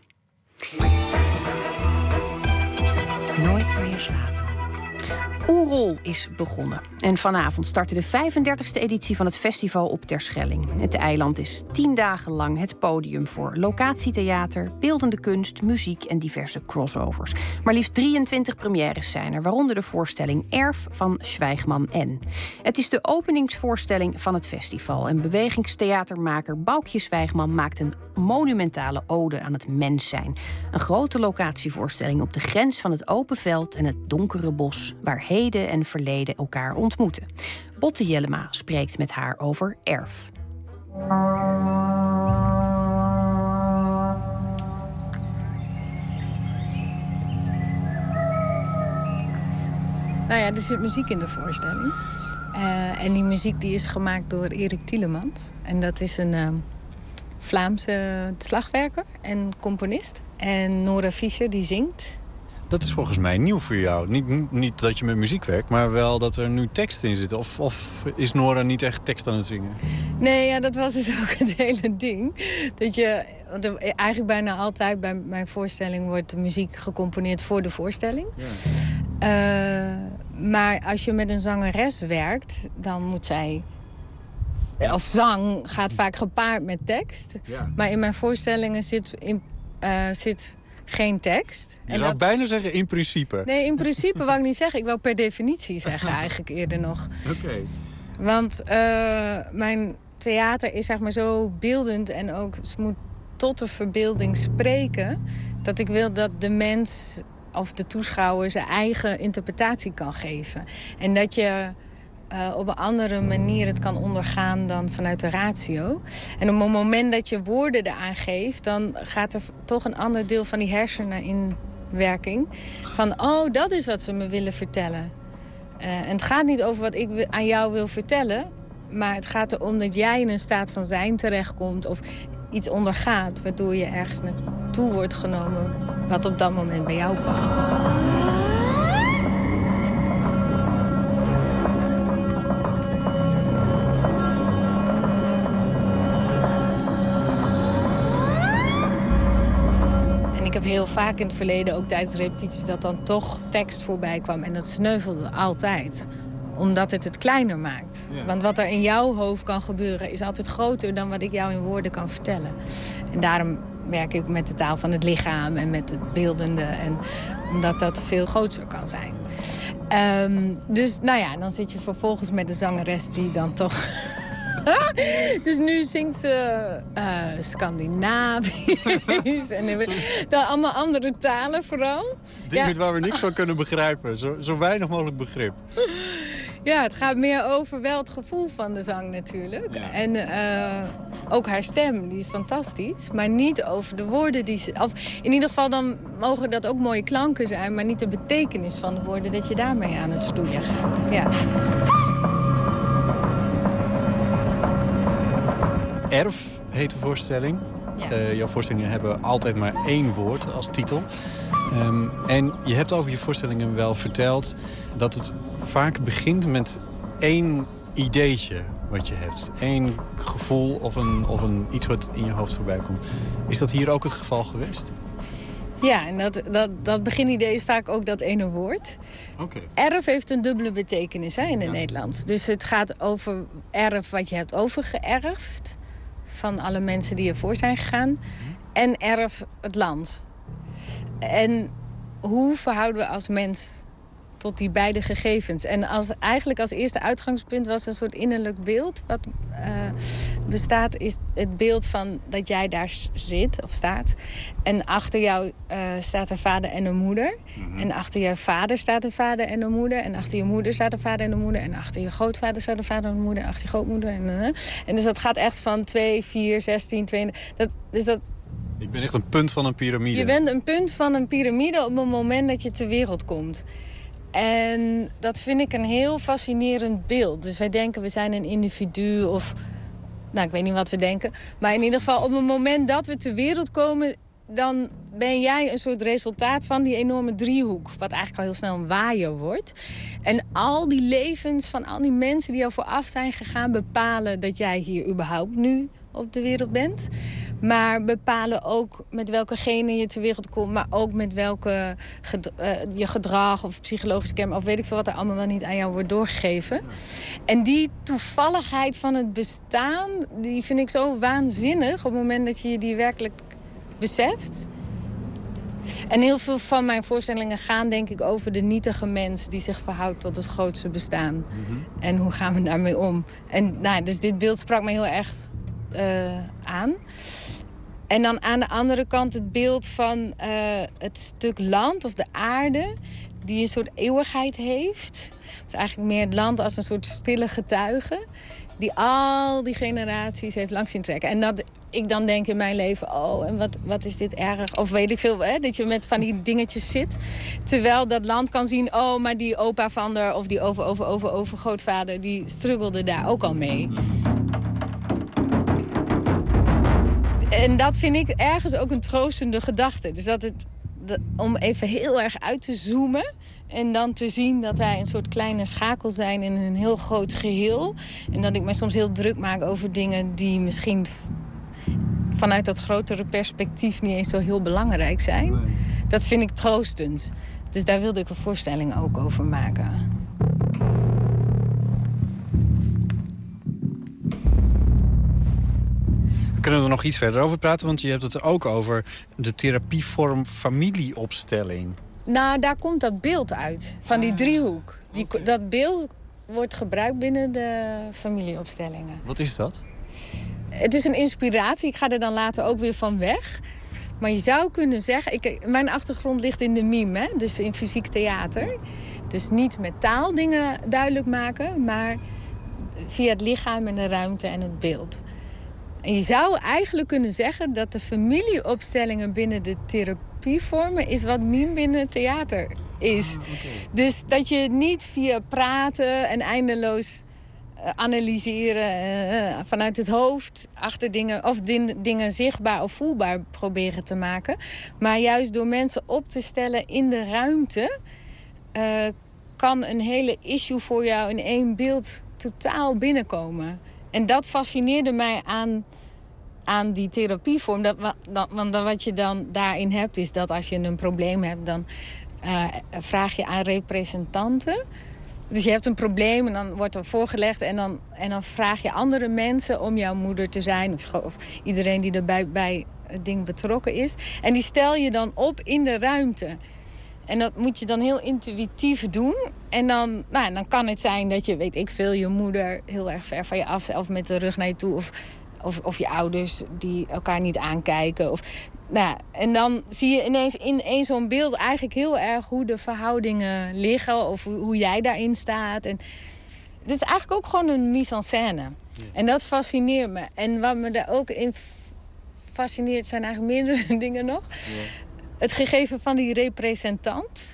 Nooit meer slapen. Oerol is begonnen. En vanavond startte de vijfendertigste editie van het festival op Terschelling. Het eiland is tien dagen lang het podium voor locatietheater, beeldende kunst, muziek en diverse crossovers. Maar liefst drieëntwintig premières zijn er, waaronder de voorstelling Erf van Zwijgman N. Het is de openingsvoorstelling van het festival. En bewegingstheatermaker Boukje Zwijgman maakt een monumentale ode aan het mens zijn. Een grote locatievoorstelling op de grens van het open veld en het donkere bos, waar heden en verleden elkaar ontmoeten. Botte Jellema spreekt met haar over Erf. Nou ja, er zit muziek in de voorstelling. Uh, en die muziek die is gemaakt door Erik Tielemans. En dat is een uh, Vlaamse slagwerker en componist. En Nora Fischer die zingt. Dat is volgens mij nieuw voor jou. Niet, niet dat je met muziek werkt, maar wel dat er nu tekst in zit. Of, of is Nora niet echt tekst aan het zingen? Nee, ja, dat was dus ook het hele ding. Dat je, want er, eigenlijk bijna altijd bij mijn voorstelling wordt de muziek gecomponeerd voor de voorstelling. Ja. Uh, maar als je met een zangeres werkt, dan moet zij... Of zang gaat vaak gepaard met tekst. Ja. Maar in mijn voorstellingen zit... In, uh, zit geen tekst. Je en zou dat... bijna zeggen in principe. Nee, in principe wou ik niet zeggen. Ik wou per definitie zeggen eigenlijk eerder nog. Oké. Okay. Want uh, mijn theater is zeg maar zo beeldend en ook moet tot de verbeelding spreken, dat ik wil dat de mens of de toeschouwer zijn eigen interpretatie kan geven. En dat je Uh, op een andere manier het kan ondergaan dan vanuit de ratio. En op het moment dat je woorden eraan geeft, dan gaat er toch een ander deel van die hersenen in werking. Van, oh, dat is wat ze me willen vertellen. Uh, en het gaat niet over wat ik aan jou wil vertellen, maar het gaat erom dat jij in een staat van zijn terechtkomt of iets ondergaat, waardoor je ergens naartoe wordt genomen wat op dat moment bij jou past. Ik heb heel vaak in het verleden, ook tijdens repetities, dat dan toch tekst voorbij kwam. En dat sneuvelde altijd. Omdat het het kleiner maakt. Ja. Want wat er in jouw hoofd kan gebeuren is altijd groter dan wat ik jou in woorden kan vertellen. En daarom werk ik met de taal van het lichaam en met het beeldende. En omdat dat veel groter kan zijn. Um, dus nou ja, dan zit je vervolgens met de zangeres die dan toch... Dus nu zingt ze uh, Scandinavisch en dan allemaal andere talen vooral. Dingen ja. waar we niks van kunnen begrijpen. Zo, zo weinig mogelijk begrip. Ja, het gaat meer over wel het gevoel van de zang natuurlijk. Ja. En uh, ook haar stem, die is fantastisch. Maar niet over de woorden die ze... Of in ieder geval dan mogen dat ook mooie klanken zijn, maar niet de betekenis van de woorden, dat je daarmee aan het stoeien gaat. Ja. Erf heet de voorstelling. Ja. Uh, jouw voorstellingen hebben altijd maar één woord als titel. Um, en je hebt over je voorstellingen wel verteld dat het vaak begint met één ideetje wat je hebt. Eén gevoel of, een, of een, iets wat in je hoofd voorbij komt. Is dat hier ook het geval geweest? Ja, en dat, dat, dat beginidee is vaak ook dat ene woord. Okay. Erf heeft een dubbele betekenis hè, in het ja. Nederlands. Dus het gaat over erf wat je hebt overgeërfd van alle mensen die ervoor zijn gegaan. Mm-hmm. En erf het land. En hoe verhouden we als mens tot die beide gegevens? En als, eigenlijk als eerste uitgangspunt was een soort innerlijk beeld. Wat uh, bestaat is het beeld van dat jij daar zit of staat. En achter jou uh, staat een vader en een moeder. Mm-hmm. En achter je vader staat een vader en een moeder. En achter je moeder staat een vader en een moeder. En achter je grootvader staat een vader en een moeder. En achter je grootmoeder. En, uh, en dus dat gaat echt van twee, vier, zestien, tweeëndertig. Dat, dus dat... Ik ben echt een punt van een piramide. Je bent een punt van een piramide op het moment dat je ter wereld komt. En dat vind ik een heel fascinerend beeld. Dus wij denken we zijn een individu of... Nou, ik weet niet wat we denken. Maar in ieder geval op het moment dat we ter wereld komen... dan ben jij een soort resultaat van die enorme driehoek. Wat eigenlijk al heel snel een waaier wordt. En al die levens van al die mensen die al vooraf zijn gegaan... bepalen dat jij hier überhaupt nu op de wereld bent. Maar bepalen ook met welke genen je ter wereld komt... maar ook met welke ged- uh, je gedrag of psychologische kenmerken... of weet ik veel wat er allemaal wel niet aan jou wordt doorgegeven. En die toevalligheid van het bestaan... die vind ik zo waanzinnig op het moment dat je die werkelijk beseft. En heel veel van mijn voorstellingen gaan denk ik over de nietige mens... die zich verhoudt tot het grootste bestaan. Mm-hmm. En hoe gaan we daarmee om? En nou, dus dit beeld sprak me heel erg uh, aan. En dan aan de andere kant het beeld van uh, het stuk land of de aarde... die een soort eeuwigheid heeft. Dus eigenlijk meer het land als een soort stille getuige... die al die generaties heeft langs zien trekken. En dat ik dan denk in mijn leven... oh, en wat, wat is dit erg? Of weet ik veel, hè, dat je met van die dingetjes zit. Terwijl dat land kan zien... oh, maar die opa van der of die over, over, over, over grootvader... die struggelde daar ook al mee. En dat vind ik ergens ook een troostende gedachte. Dus dat het, dat, om even heel erg uit te zoomen... en dan te zien dat wij een soort kleine schakel zijn in een heel groot geheel. En dat ik me soms heel druk maak over dingen die misschien... vanuit dat grotere perspectief niet eens zo heel belangrijk zijn. Nee. Dat vind ik troostend. Dus daar wilde ik een voorstelling ook over maken. We kunnen er nog iets verder over praten, want je hebt het ook over de therapievorm familieopstelling. Nou, daar komt dat beeld uit, van die driehoek. Die, okay. Dat beeld wordt gebruikt binnen de familieopstellingen. Wat is dat? Het is een inspiratie, ik ga er dan later ook weer van weg. Maar je zou kunnen zeggen... Ik, mijn achtergrond ligt in de mime, hè? Dus in fysiek theater. Dus niet met taal dingen duidelijk maken... maar via het lichaam en de ruimte en het beeld. En je zou eigenlijk kunnen zeggen dat de familieopstellingen binnen de therapievormen... is wat mime binnen het theater is. Ah, okay. Dus dat je niet via praten en eindeloos... analyseren uh, vanuit het hoofd achter dingen of din- dingen zichtbaar of voelbaar proberen te maken, maar juist door mensen op te stellen in de ruimte uh, kan een hele issue voor jou in één beeld totaal binnenkomen. En dat fascineerde mij aan, aan die therapievorm. Dat, dat, want wat je dan daarin hebt is dat als je een probleem hebt, dan uh, vraag je aan representanten. Dus je hebt een probleem en dan wordt er voorgelegd... en dan, en dan vraag je andere mensen om jouw moeder te zijn... of, of iedereen die erbij bij het ding betrokken is. En die stel je dan op in de ruimte. En dat moet je dan heel intuïtief doen. En dan, nou, dan kan het zijn dat je, weet ik veel... je moeder heel erg ver van je af... of met de rug naar je toe... of, of, of je ouders die elkaar niet aankijken... Of, nou, en dan zie je ineens in één zo'n beeld eigenlijk heel erg hoe de verhoudingen liggen... of hoe, hoe jij daarin staat. En het is eigenlijk ook gewoon een mise en scène. Ja. En dat fascineert me. En wat me daar ook in fascineert zijn eigenlijk meerdere dingen nog. Ja. Het gegeven van die representant.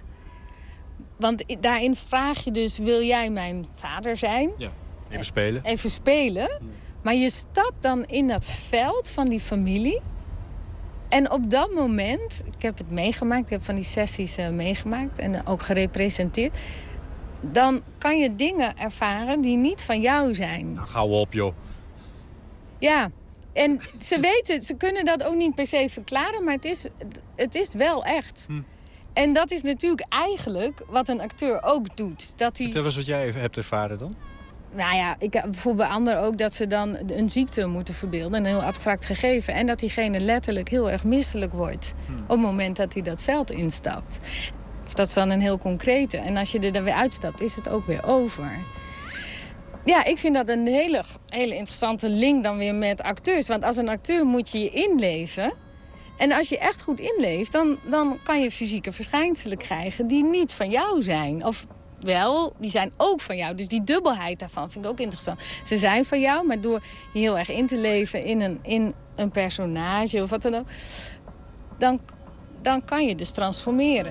Want daarin vraag je dus, wil jij mijn vader zijn? Ja, even spelen. Even spelen. Ja. Maar je stapt dan in dat veld van die familie. En op dat moment, ik heb het meegemaakt, ik heb van die sessies uh, meegemaakt en ook gerepresenteerd. Dan kan je dingen ervaren die niet van jou zijn. Nou, gauw op, joh. Ja, en ze weten, ze kunnen dat ook niet per se verklaren, maar het is, het is wel echt. Hm. En dat is natuurlijk eigenlijk wat een acteur ook doet. Dat hij... Vertel eens wat jij hebt ervaren dan. Nou ja, ik voel bij anderen ook dat ze dan een ziekte moeten verbeelden. Een heel abstract gegeven. En dat diegene letterlijk heel erg misselijk wordt. Hm. Op het moment dat hij dat veld instapt. Dat is dan een heel concrete. En als je er dan weer uitstapt, is het ook weer over. Ja, ik vind dat een hele, hele interessante link dan weer met acteurs. Want als een acteur moet je je inleven. En als je echt goed inleeft, dan, dan kan je fysieke verschijnselen krijgen die niet van jou zijn. Of wel, die zijn ook van jou. Dus die dubbelheid daarvan vind ik ook interessant. Ze zijn van jou, maar door je heel erg in te leven in een, in een personage of wat dan ook, dan, dan kan je dus transformeren.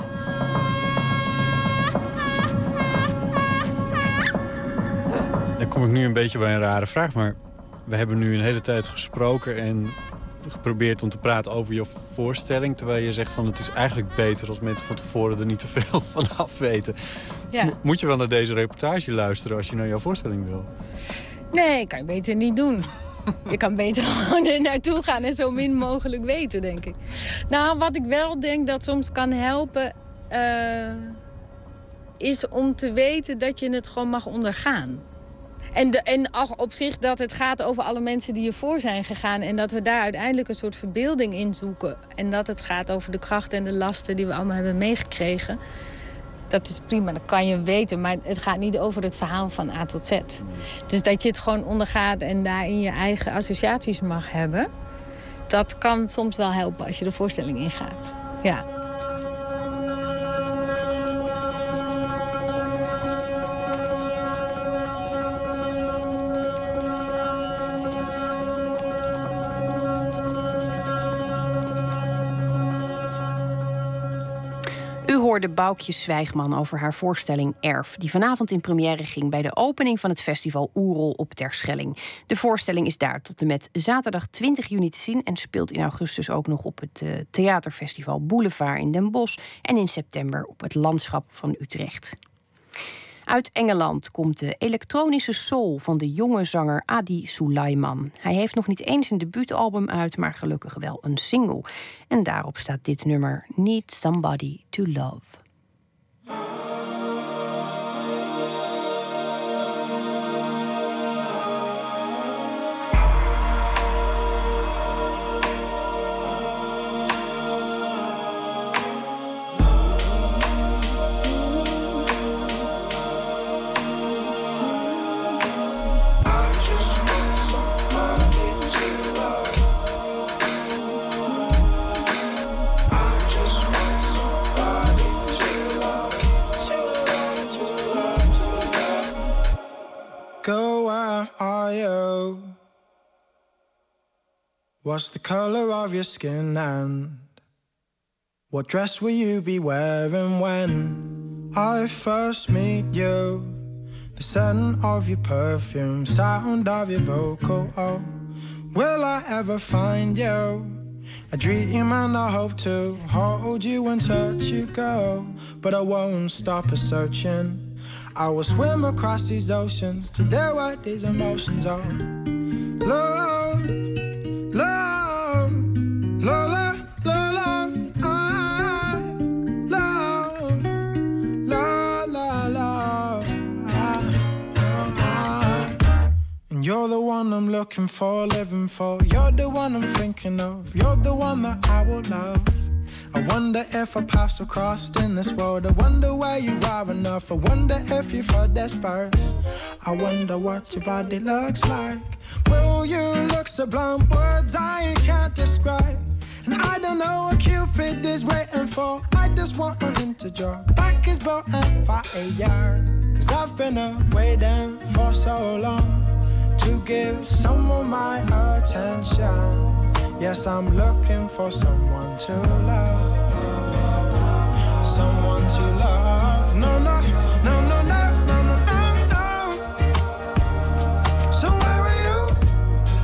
Dan kom ik nu een beetje bij een rare vraag, maar we hebben nu een hele tijd gesproken en geprobeerd om te praten over je voorstelling, terwijl je zegt van het is eigenlijk beter als mensen van tevoren er niet te veel van af weten. Ja. Moet je wel naar deze reportage luisteren als je naar jouw voorstelling wil? Nee, kan je beter niet doen. Je kan beter gewoon er naartoe gaan en zo min mogelijk weten, denk ik. Nou, wat ik wel denk dat soms kan helpen, uh, is om te weten dat je het gewoon mag ondergaan. En, de, en op zich dat het gaat over alle mensen die ervoor zijn gegaan. En dat we daar uiteindelijk een soort verbeelding in zoeken. En dat het gaat over de krachten en de lasten die we allemaal hebben meegekregen. Dat is prima, dat kan je weten. Maar het gaat niet over het verhaal van A tot Z. Dus dat je het gewoon ondergaat en daarin je eigen associaties mag hebben. Dat kan soms wel helpen als je de voorstelling ingaat. Ja. hoorde Boukje Zwijgman over haar voorstelling Erf, die vanavond in première ging bij de opening van het festival Oerol op Terschelling. De voorstelling is daar tot en met zaterdag twintig juni te zien en speelt in augustus ook nog op het uh, theaterfestival Boulevard in Den Bosch en in september op het Landschap van Utrecht. Uit Engeland komt de elektronische soul van de jonge zanger Adi Suleiman. Hij heeft nog niet eens een debuutalbum uit, maar gelukkig wel een single. En daarop staat dit nummer Need Somebody to Love. Girl, where are you? What's the color of your skin and what dress will you be wearing when I first meet you? The scent of your perfume, sound of your vocal, oh, will I ever find you? I dream and I hope to hold you and touch you, girl, but I won't stop a searching. I will swim across these oceans to deal with these emotions. Oh, love, love, love, love, love, I love, love, love, love, I, I. And you're the one I'm looking for, living for. You're the one I'm thinking of. You're the one that I will love. I wonder if our paths have crossed in this world. I wonder where you are enough. I wonder if you've heard this verse. I wonder what your body looks like. Will you look so blunt? Words I can't describe. And I don't know what Cupid is waiting for. I just want him to draw back his bow and fire. Cause I've been uh, waiting for so long to give someone my attention. Yes, I'm looking for someone to love. Someone to love. No, no, no, no, no, no, no, no, no. So where are you?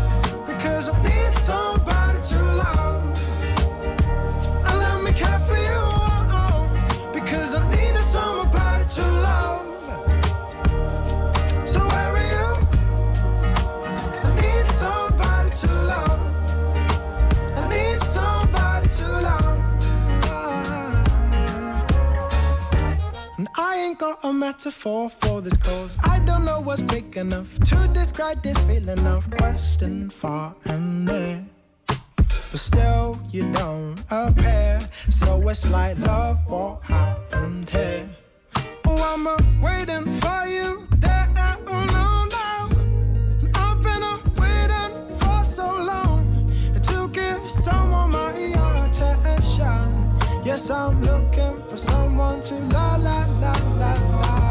a metaphor for this cause. I don't know what's big enough to describe this feeling of questing far and near. But still you don't appear. So it's like, love, what happened here? Oh, I'm uh, waiting for you there. Oh, no, no. And I've been uh, waiting for so long to give someone my attention. Yes, I'm looking for someone to la la la la la.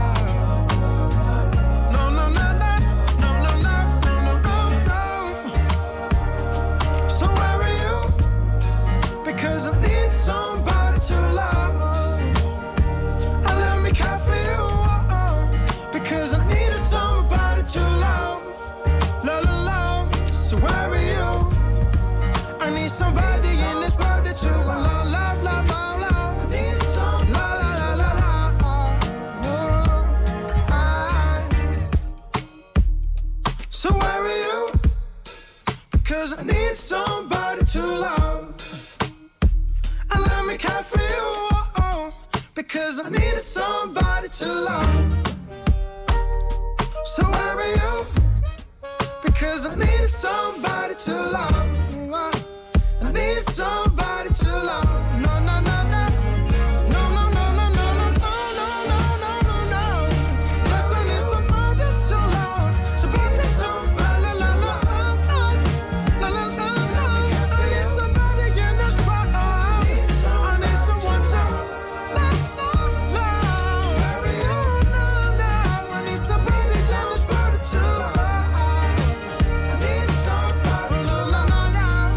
No, no, no, no, no, no, no, no, no, no. So where are you? Because I need somebody to love. And let me care for you. Because I need somebody to love. Love, love, love. So where are you? I need somebody in this world to love, love, love, love. So where are you? Because I need somebody to love. And let me care for you. Oh, oh, because I need somebody to love. So where are you? Because I need somebody to love. I need somebody to love. No, no, no, no. No, no, no, no, no, no, no, no, no, no, no. Yes, I need somebody to love. Somebody, somebody, la, la, la, la, la, la, la. I need somebody in this world. I need someone to love, love, love. No, no, no. I need somebody in this world to love. I need somebody to love, love, love.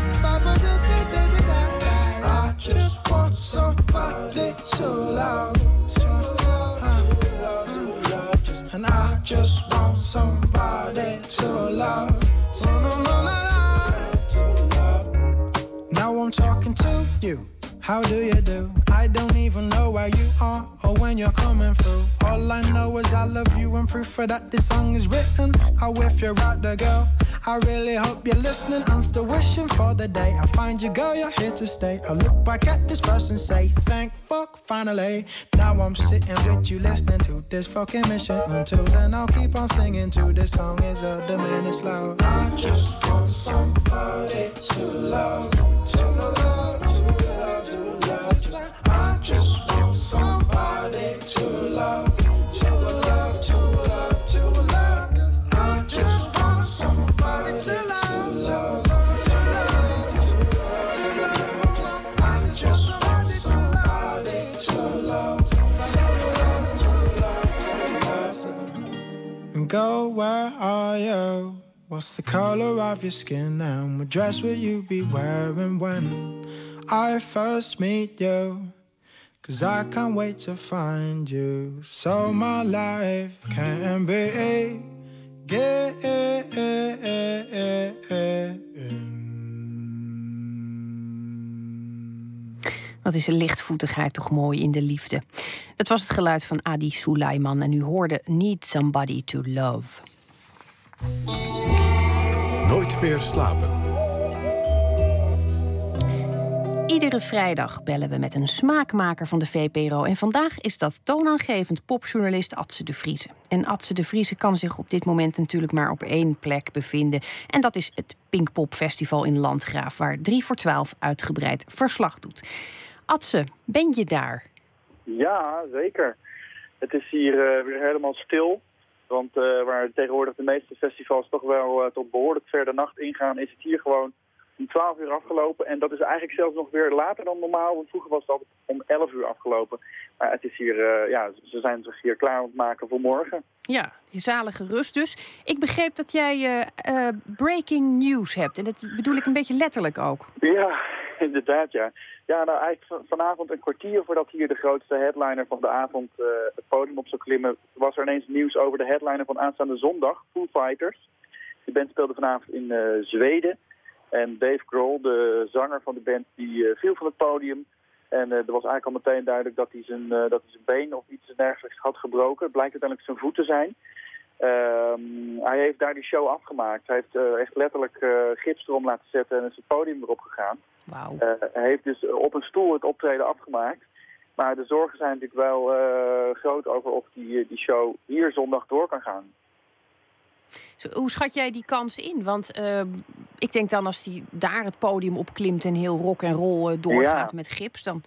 I just want somebody to love, to love, to love, to love, just, and I just want somebody to love, to love, to love. Now I'm talking to you. How do you do? I don't even know where you are or when you're coming through. All I know is I love you and proof for that this song is written. Oh, if you're out there, girl, I really hope you're listening. I'm still wishing for the day I find you, girl, you're here to stay. I look back at this verse and say, thank fuck, finally. Now I'm sitting with you listening to this fucking mission. Until then I'll keep on singing to this song is a diminished loud. I just want somebody to love, to love, to love, to love. I just want somebody to love, to love, to love, to love. I just want somebody to love, to love, to love, to love. I just want somebody to love, to love, to love, to love. And go, where are you? What's the color of your skin and what dress will you be wearing when I first meet you? Cause I can't wait to find you, so my life can be Wat is een lichtvoetigheid toch mooi in de liefde. Dat was het geluid van Adi Suleiman en u hoorde Need Somebody to Love. Nooit meer slapen. Iedere vrijdag bellen we met een smaakmaker van de V P R O. En vandaag is dat toonaangevend popjournalist Adse de Vriese. En Adse de Vriese kan zich op dit moment natuurlijk maar op één plek bevinden. En dat is het Pinkpop Festival in Landgraaf, waar drie voor twaalf uitgebreid verslag doet. Adse, ben je daar? Ja, zeker. Het is hier uh, weer helemaal stil. Want uh, waar tegenwoordig de meeste festivals toch wel uh, tot behoorlijk ver de nacht ingaan, is het hier gewoon om twaalf uur afgelopen. En dat is eigenlijk zelfs nog weer later dan normaal. Want vroeger was het altijd om elf uur afgelopen. Maar het is hier, uh, ja, ze zijn zich hier klaar aan het maken voor morgen. Ja, zalige rust dus. Ik begreep dat jij uh, uh, breaking news hebt. En dat bedoel ik een beetje letterlijk ook. Ja, inderdaad, ja. Ja, nou eigenlijk vanavond een kwartier voordat hier de grootste headliner van de avond uh, het podium op zou klimmen, was er ineens nieuws over de headliner van aanstaande zondag, Foo Fighters. De band speelde vanavond in uh, Zweden. En Dave Grohl, de zanger van de band, die uh, viel van het podium. En uh, er was eigenlijk al meteen duidelijk dat hij zijn, uh, dat hij zijn been of iets dergelijks had gebroken. Het blijkt uiteindelijk zijn voet te zijn. Um, hij heeft daar die show afgemaakt. Hij heeft uh, echt letterlijk uh, gips erom laten zetten en is het podium erop gegaan. Wauw. Uh, hij heeft dus op een stoel het optreden afgemaakt. Maar de zorgen zijn natuurlijk wel uh, groot over of die, die show hier zondag door kan gaan. Zo, hoe schat jij die kans in? Want uh, ik denk dan als hij daar het podium opklimt en heel rock en roll uh, doorgaat ja. met gips, dan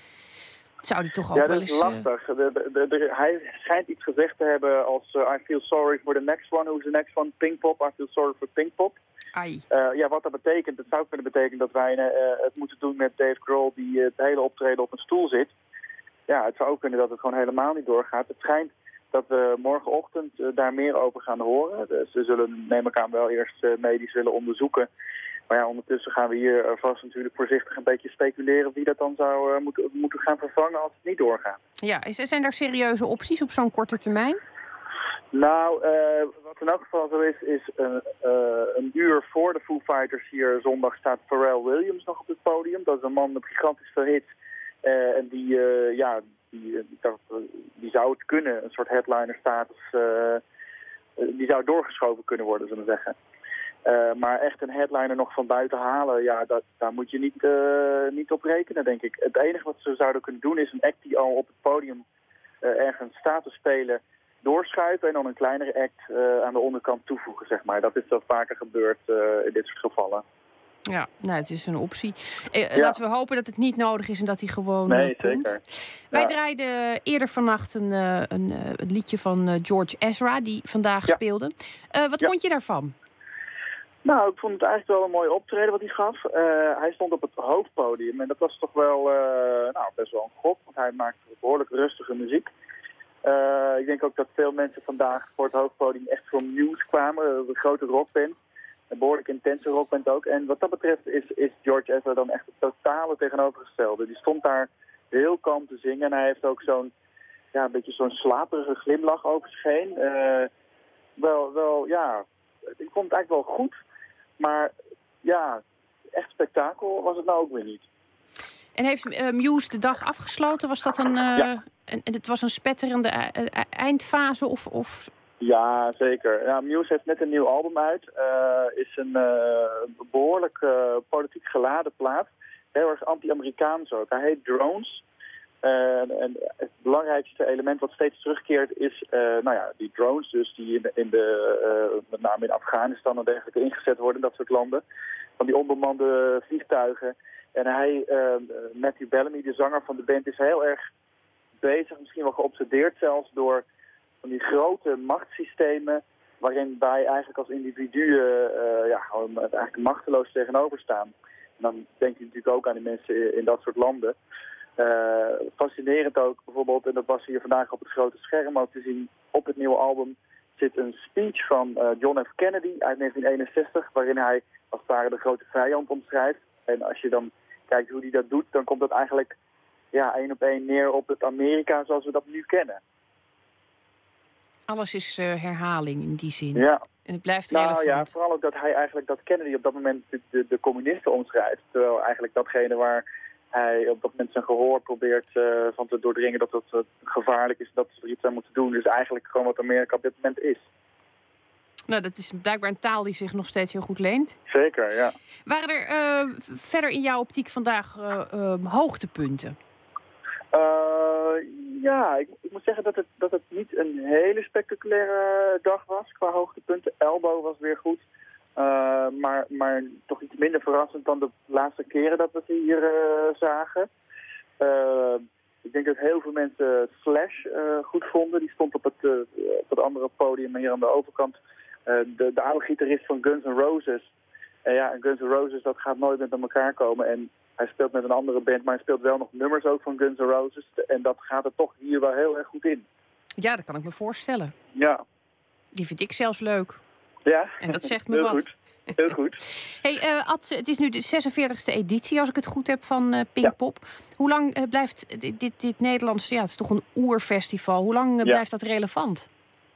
zou hij toch ook ja, wel eens... Ja, dat is lastig. Uh... De, de, de, de, hij schijnt iets gezegd te hebben als uh, I feel sorry for the next one. Who's the next one? Pinkpop. I feel sorry for Pinkpop. Ai. Uh, ja, wat dat betekent, het zou kunnen betekenen dat wij uh, het moeten doen met Dave Grohl die uh, het hele optreden op een stoel zit. Ja, het zou ook kunnen dat het gewoon helemaal niet doorgaat. Het schijnt dat we morgenochtend uh, daar meer over gaan horen. Dus ze zullen, neem ik aan, wel eerst uh, medisch willen onderzoeken. Maar ja, ondertussen gaan we hier uh, vast natuurlijk voorzichtig een beetje speculeren wie dat dan zou uh, moeten, moeten gaan vervangen als het niet doorgaat. Ja, is, zijn er serieuze opties op zo'n korte termijn? Nou, uh, wat in elk geval zo is, is uh, uh, een uur voor de Foo Fighters hier zondag staat Pharrell Williams nog op het podium. Dat is een man met gigantisch veel hits. Uh, en die, uh, ja, die, die, die zou het kunnen, een soort headliner status, uh, die zou doorgeschoven kunnen worden, zullen we zeggen. Uh, maar echt een headliner nog van buiten halen, ja, dat, daar moet je niet, uh, niet op rekenen, denk ik. Het enige wat ze zouden kunnen doen is een act die al op het podium uh, ergens staat te spelen, doorschuiven en dan een kleinere act uh, aan de onderkant toevoegen, zeg maar. Dat is wat vaker gebeurd uh, in dit soort gevallen. Ja, nou, het is een optie. Eh, ja. Laten we hopen dat het niet nodig is en dat hij gewoon nee, uh, komt. Zeker. Wij ja. draaiden eerder vannacht een, uh, een, uh, een liedje van uh, George Ezra, die vandaag ja. speelde. Uh, wat ja. vond je daarvan? Nou, ik vond het eigenlijk wel een mooie optreden wat hij gaf. Uh, hij stond op het hoofdpodium en dat was toch wel uh, nou, best wel een gok, want hij maakte behoorlijk rustige muziek. Uh, ik denk ook dat veel mensen vandaag voor het hoofdpodium echt voor Muse kwamen, de grote rockband. Een behoorlijk intense rockband ook. En wat dat betreft is, is George Ezra dan echt het totale tegenovergestelde. Die stond daar heel kalm te zingen en hij heeft ook zo'n, ja, een beetje zo'n slaperige glimlach over zich heen. Uh, wel, wel, ja, ik vond het eigenlijk wel goed. Maar ja, echt spektakel was het nou ook weer niet. En heeft uh, Muse de dag afgesloten? Was dat een, uh, ja. een, het was een spetterende uh, eindfase of... of... Ja, zeker. Ja, Muse heeft net een nieuw album uit. Uh, is een uh, behoorlijk uh, politiek geladen plaat. Heel erg anti-Amerikaans ook. Hij heet Drones. Uh, en het belangrijkste element wat steeds terugkeert is, uh, nou ja, die drones dus die in de, in de uh, met name in Afghanistan en dergelijke ingezet worden, dat soort landen. Van die onbemande vliegtuigen. En hij, uh, Matthew Bellamy, de zanger van de band, is heel erg bezig, misschien wel geobsedeerd zelfs door van die grote machtssystemen waarin wij eigenlijk als individuen uh, ja, gewoon eigenlijk machteloos tegenover staan. En dan denk je natuurlijk ook aan die mensen in, in dat soort landen. Uh, fascinerend ook bijvoorbeeld, en dat was hier vandaag op het grote scherm ook te zien, op het nieuwe album zit een speech van uh, John F. Kennedy uit negentien eenenzestig, waarin hij als het ware de grote vijand omschrijft. En als je dan kijkt hoe hij dat doet, dan komt dat eigenlijk ja, één op één neer op het Amerika zoals we dat nu kennen. Alles is uh, herhaling in die zin. Ja. En het blijft nou, relevant. Ja, vooral ook dat hij eigenlijk dat Kennedy op dat moment de, de, de communisten omschrijft. Terwijl eigenlijk datgene waar hij op dat moment zijn gehoor probeert uh, van te doordringen dat het uh, gevaarlijk is, dat ze er iets aan moeten doen. Dus eigenlijk gewoon wat Amerika op dit moment is. Nou, dat is blijkbaar een taal die zich nog steeds heel goed leent. Zeker, ja. Waren er uh, verder in jouw optiek vandaag uh, uh, hoogtepunten? Uh, ja, ik, ik moet zeggen dat het, dat het niet een hele spectaculaire dag was qua hoogtepunten. Elbow was weer goed. Uh, maar, maar toch iets minder verrassend dan de laatste keren dat we het hier uh, zagen. Uh, ik denk dat heel veel mensen Slash uh, goed vonden. Die stond op het, uh, op het andere podium hier aan de overkant. Uh, de, de oude gitarist van Guns N' Roses. En ja, Guns N' Roses, dat gaat nooit met elkaar komen. En hij speelt met een andere band, maar hij speelt wel nog nummers ook van Guns N' Roses. En dat gaat er toch hier wel heel erg goed in. Ja, dat kan ik me voorstellen. Ja. Die vind ik zelfs leuk. Ja. En dat zegt me heel wat. Goed. Heel goed. Hey, uh, Ad, het is nu de zesenveertigste editie, als ik het goed heb, van uh, Pinkpop. Ja. Hoe lang uh, blijft dit, dit, dit Nederlands, ja, het is toch een oerfestival. Hoe lang uh, ja. blijft dat relevant?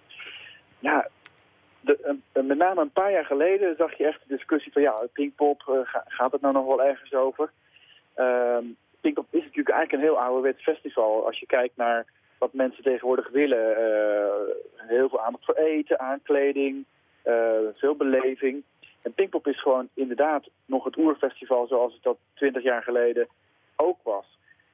Ja, de, uh, met name een paar jaar geleden zag je echt de discussie van, ja, Pinkpop, uh, ga, gaat het nou nog wel ergens over? Uh, Pinkpop is natuurlijk eigenlijk een heel ouderwets festival. Als je kijkt naar wat mensen tegenwoordig willen. Uh, heel veel aandacht voor eten, aankleding, uh, veel beleving. En Pinkpop is gewoon inderdaad nog het oerfestival zoals het dat twintig jaar geleden ook was.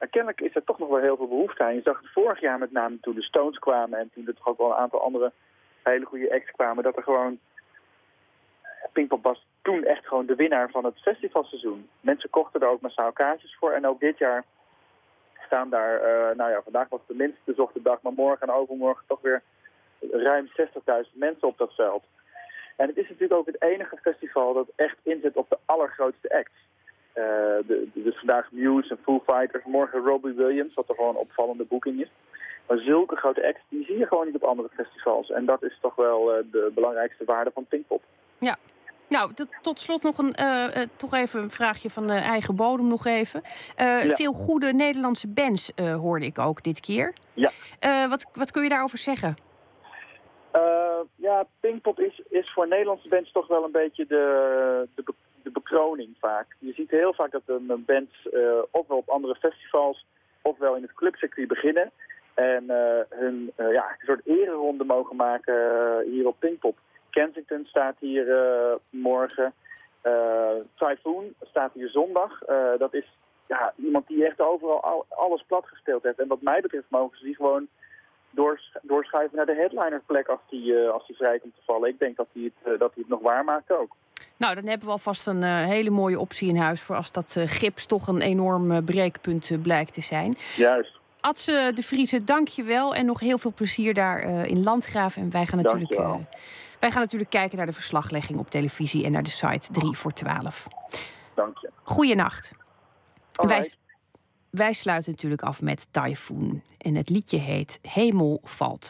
Maar kennelijk is er toch nog wel heel veel behoefte aan. Je zag het vorig jaar met name toen de Stones kwamen en toen er toch ook wel een aantal andere hele goede acts kwamen, dat er gewoon... Pinkpop was toen echt gewoon de winnaar van het festivalseizoen. Mensen kochten er ook massaal kaartjes voor. En ook dit jaar staan daar, uh, nou ja, vandaag was het de minst bezochte dag, maar morgen en overmorgen toch weer ruim zestigduizend mensen op dat veld. En het is natuurlijk ook het enige festival dat echt inzet op de allergrootste acts. Uh, de, de, dus vandaag Muse en Foo Fighters, morgen Robbie Williams, wat toch gewoon een opvallende boeking is. Maar zulke grote acts, die zie je gewoon niet op andere festivals. En dat is toch wel uh, de belangrijkste waarde van Pinkpop. Ja. Nou, tot, tot slot nog een, uh, uh, toch even een vraagje van uh, eigen bodem nog even. Uh, ja. Veel goede Nederlandse bands uh, hoorde ik ook dit keer. Ja. Uh, wat, wat kun je daarover zeggen? Uh, ja, Pinkpop is, is voor Nederlandse bands toch wel een beetje de, de, de bekroning vaak. Je ziet heel vaak dat een bands uh, ofwel op andere festivals ofwel in het clubcircuit beginnen. En uh, hun uh, ja, een soort ereronde mogen maken uh, hier op Pinkpop. Kensington staat hier uh, morgen. Uh, Typhoon staat hier zondag. Uh, dat is ja, iemand die echt overal al, alles plat gespeeld heeft. En wat mij betreft mogen ze die gewoon doors, doorschuiven naar de headlinerplek als die, uh, als die vrij komt te vallen. Ik denk dat hij het, uh, dat hij het nog waarmaakt ook. Nou, dan hebben we alvast een uh, hele mooie optie in huis voor als dat uh, gips toch een enorm uh, breekpunt uh, blijkt te zijn. Juist. Adse de Vrieze, dank je wel. En nog heel veel plezier daar uh, in Landgraaf. En wij gaan natuurlijk... Uh, Wij gaan natuurlijk kijken naar de verslaglegging op televisie en naar de site drie voor twaalf. Dank je. Goeienacht. Wij, wij sluiten natuurlijk af met Typhoon. En het liedje heet Hemel valt.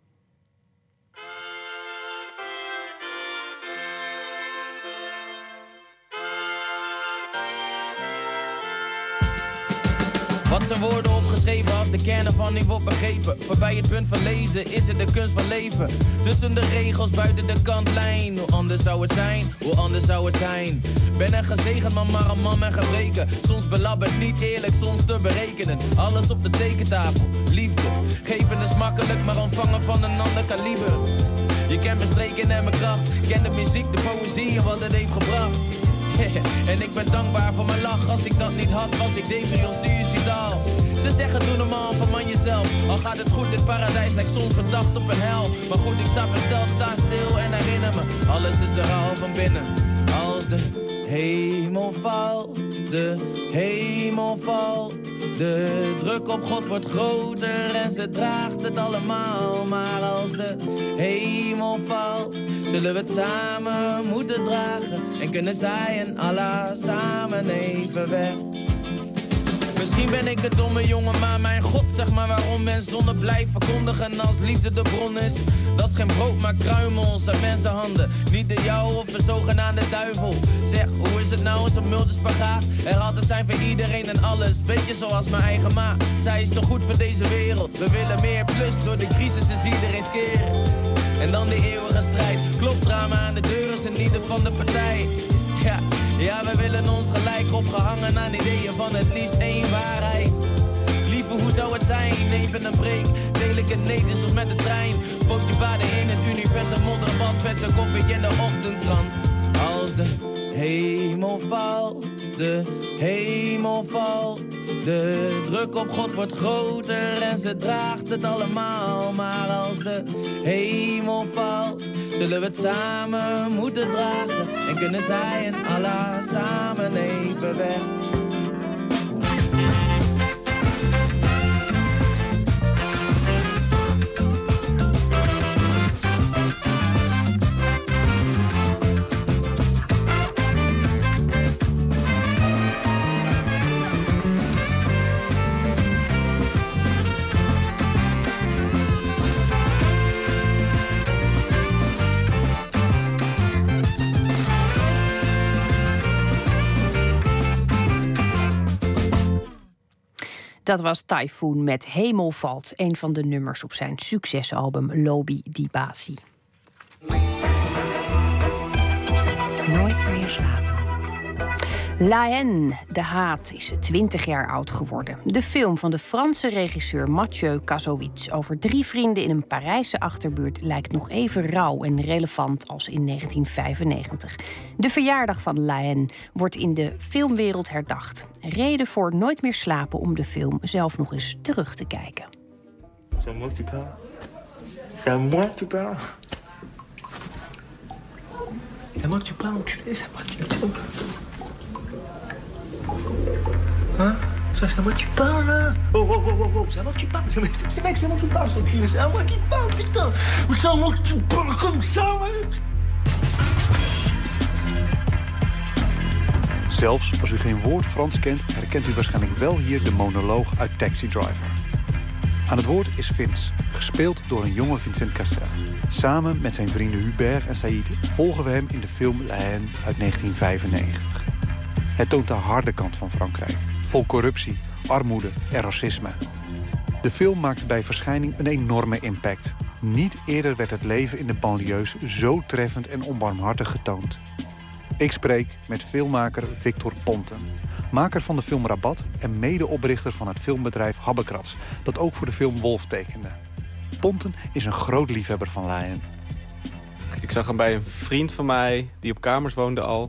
Wat zijn woorden opgeschreven als de kern ervan niet wordt begrepen. Voorbij het punt van lezen is het de kunst van leven. Tussen de regels, buiten de kantlijn. Hoe anders zou het zijn, hoe anders zou het zijn. Ben een gezegend man, maar een man met gebreken. Soms belabberd, niet eerlijk, soms te berekenen. Alles op de tekentafel, liefde. Geven is makkelijk, maar ontvangen van een ander kaliber. Je kent mijn streken en mijn kracht. Ken de muziek, de poëzie en wat het heeft gebracht. En ik ben dankbaar voor mijn lach. Als ik dat niet had, was ik depri of suicidaal. Ze zeggen doe normaal, verman jezelf. Al gaat het goed, dit paradijs lijkt soms verdacht op een hel. Maar goed, ik sta versteld, sta stil en herinner me. Alles is er al van binnen. Als de hemel valt, de hemel valt. De druk op God wordt groter en ze draagt het allemaal. Maar als de hemel valt, zullen we het samen moeten dragen. En kunnen zij en Allah samen even weg. Misschien ben ik een domme jongen, maar mijn God, zeg maar waarom men zonde blijft verkondigen als liefde de bron is. Dat is geen brood, maar kruimels uit mensenhanden. Niet de jou of een zogenaamde duivel. Zeg, hoe is het nou, zo'n multispagaat? Er altijd zijn voor iedereen en alles, beetje zoals mijn eigen ma. Zij is toch goed voor deze wereld. We willen meer plus, door de crisis is iedereen skeren. En dan die eeuwige strijd. Klopdrama aan de deur is in ieder van de partij. Ja, ja, we willen ons gelijk opgehangen aan ideeën van het liefst één waarheid. Lieve, hoe zou het zijn? Even een break, deel ik het neten zoals met de trein. Bootje baden in het universum, modderbad, verse koffie in de ochtendkrant. Als de hemel valt, de hemel valt. De druk op God wordt groter en ze draagt het allemaal. Maar als de hemel valt, zullen we het samen moeten dragen. En kunnen zij en Allah samen even weg. Dat was Typhoon met Hemel valt, een van de nummers op zijn succesalbum Lobi Dibasi. Nooit meer slapen. La Haine, De Haat, is twintig jaar oud geworden. De film van de Franse regisseur Mathieu Kassovitz over drie vrienden in een Parijse achterbuurt lijkt nog even rauw en relevant als in negentien vijfennegentig. De verjaardag van La Haine wordt in de filmwereld herdacht. Reden voor Nooit meer slapen om de film zelf nog eens terug te kijken. C'est à moi que tu parles? C'est à moi que tu parles? C'est à moi que tu parles, enculé? C'est à moi que tu parles? Hein? Ça, c'est à moi que tu parles, là? Oh, oh, oh, oh, oh, c'est à moi que tu parles. C'est, c'est, mec, c'est à moi que tu parles, enculé. C'est à moi qui parle, putain. Ou c'est à moi que tu parles comme ça, mec? Zelfs als u geen woord Frans kent, herkent u waarschijnlijk wel hier de monoloog uit Taxi Driver. Aan het woord is Vince, gespeeld door een jonge Vincent Cassel. Samen met zijn vrienden Hubert en Saïd volgen we hem in de film La Haine uit negentien vijfennegentig. Het toont de harde kant van Frankrijk, vol corruptie, armoede en racisme. De film maakte bij verschijning een enorme impact. Niet eerder werd het leven in de banlieues zo treffend en onbarmhartig getoond. Ik spreek met filmmaker Victor Ponten, maker van de film Rabat en medeoprichter van het filmbedrijf Habbekrats, dat ook voor de film Wolf tekende. Ponten is een groot liefhebber van La Haine. Ik zag hem bij een vriend van mij die op kamers woonde al.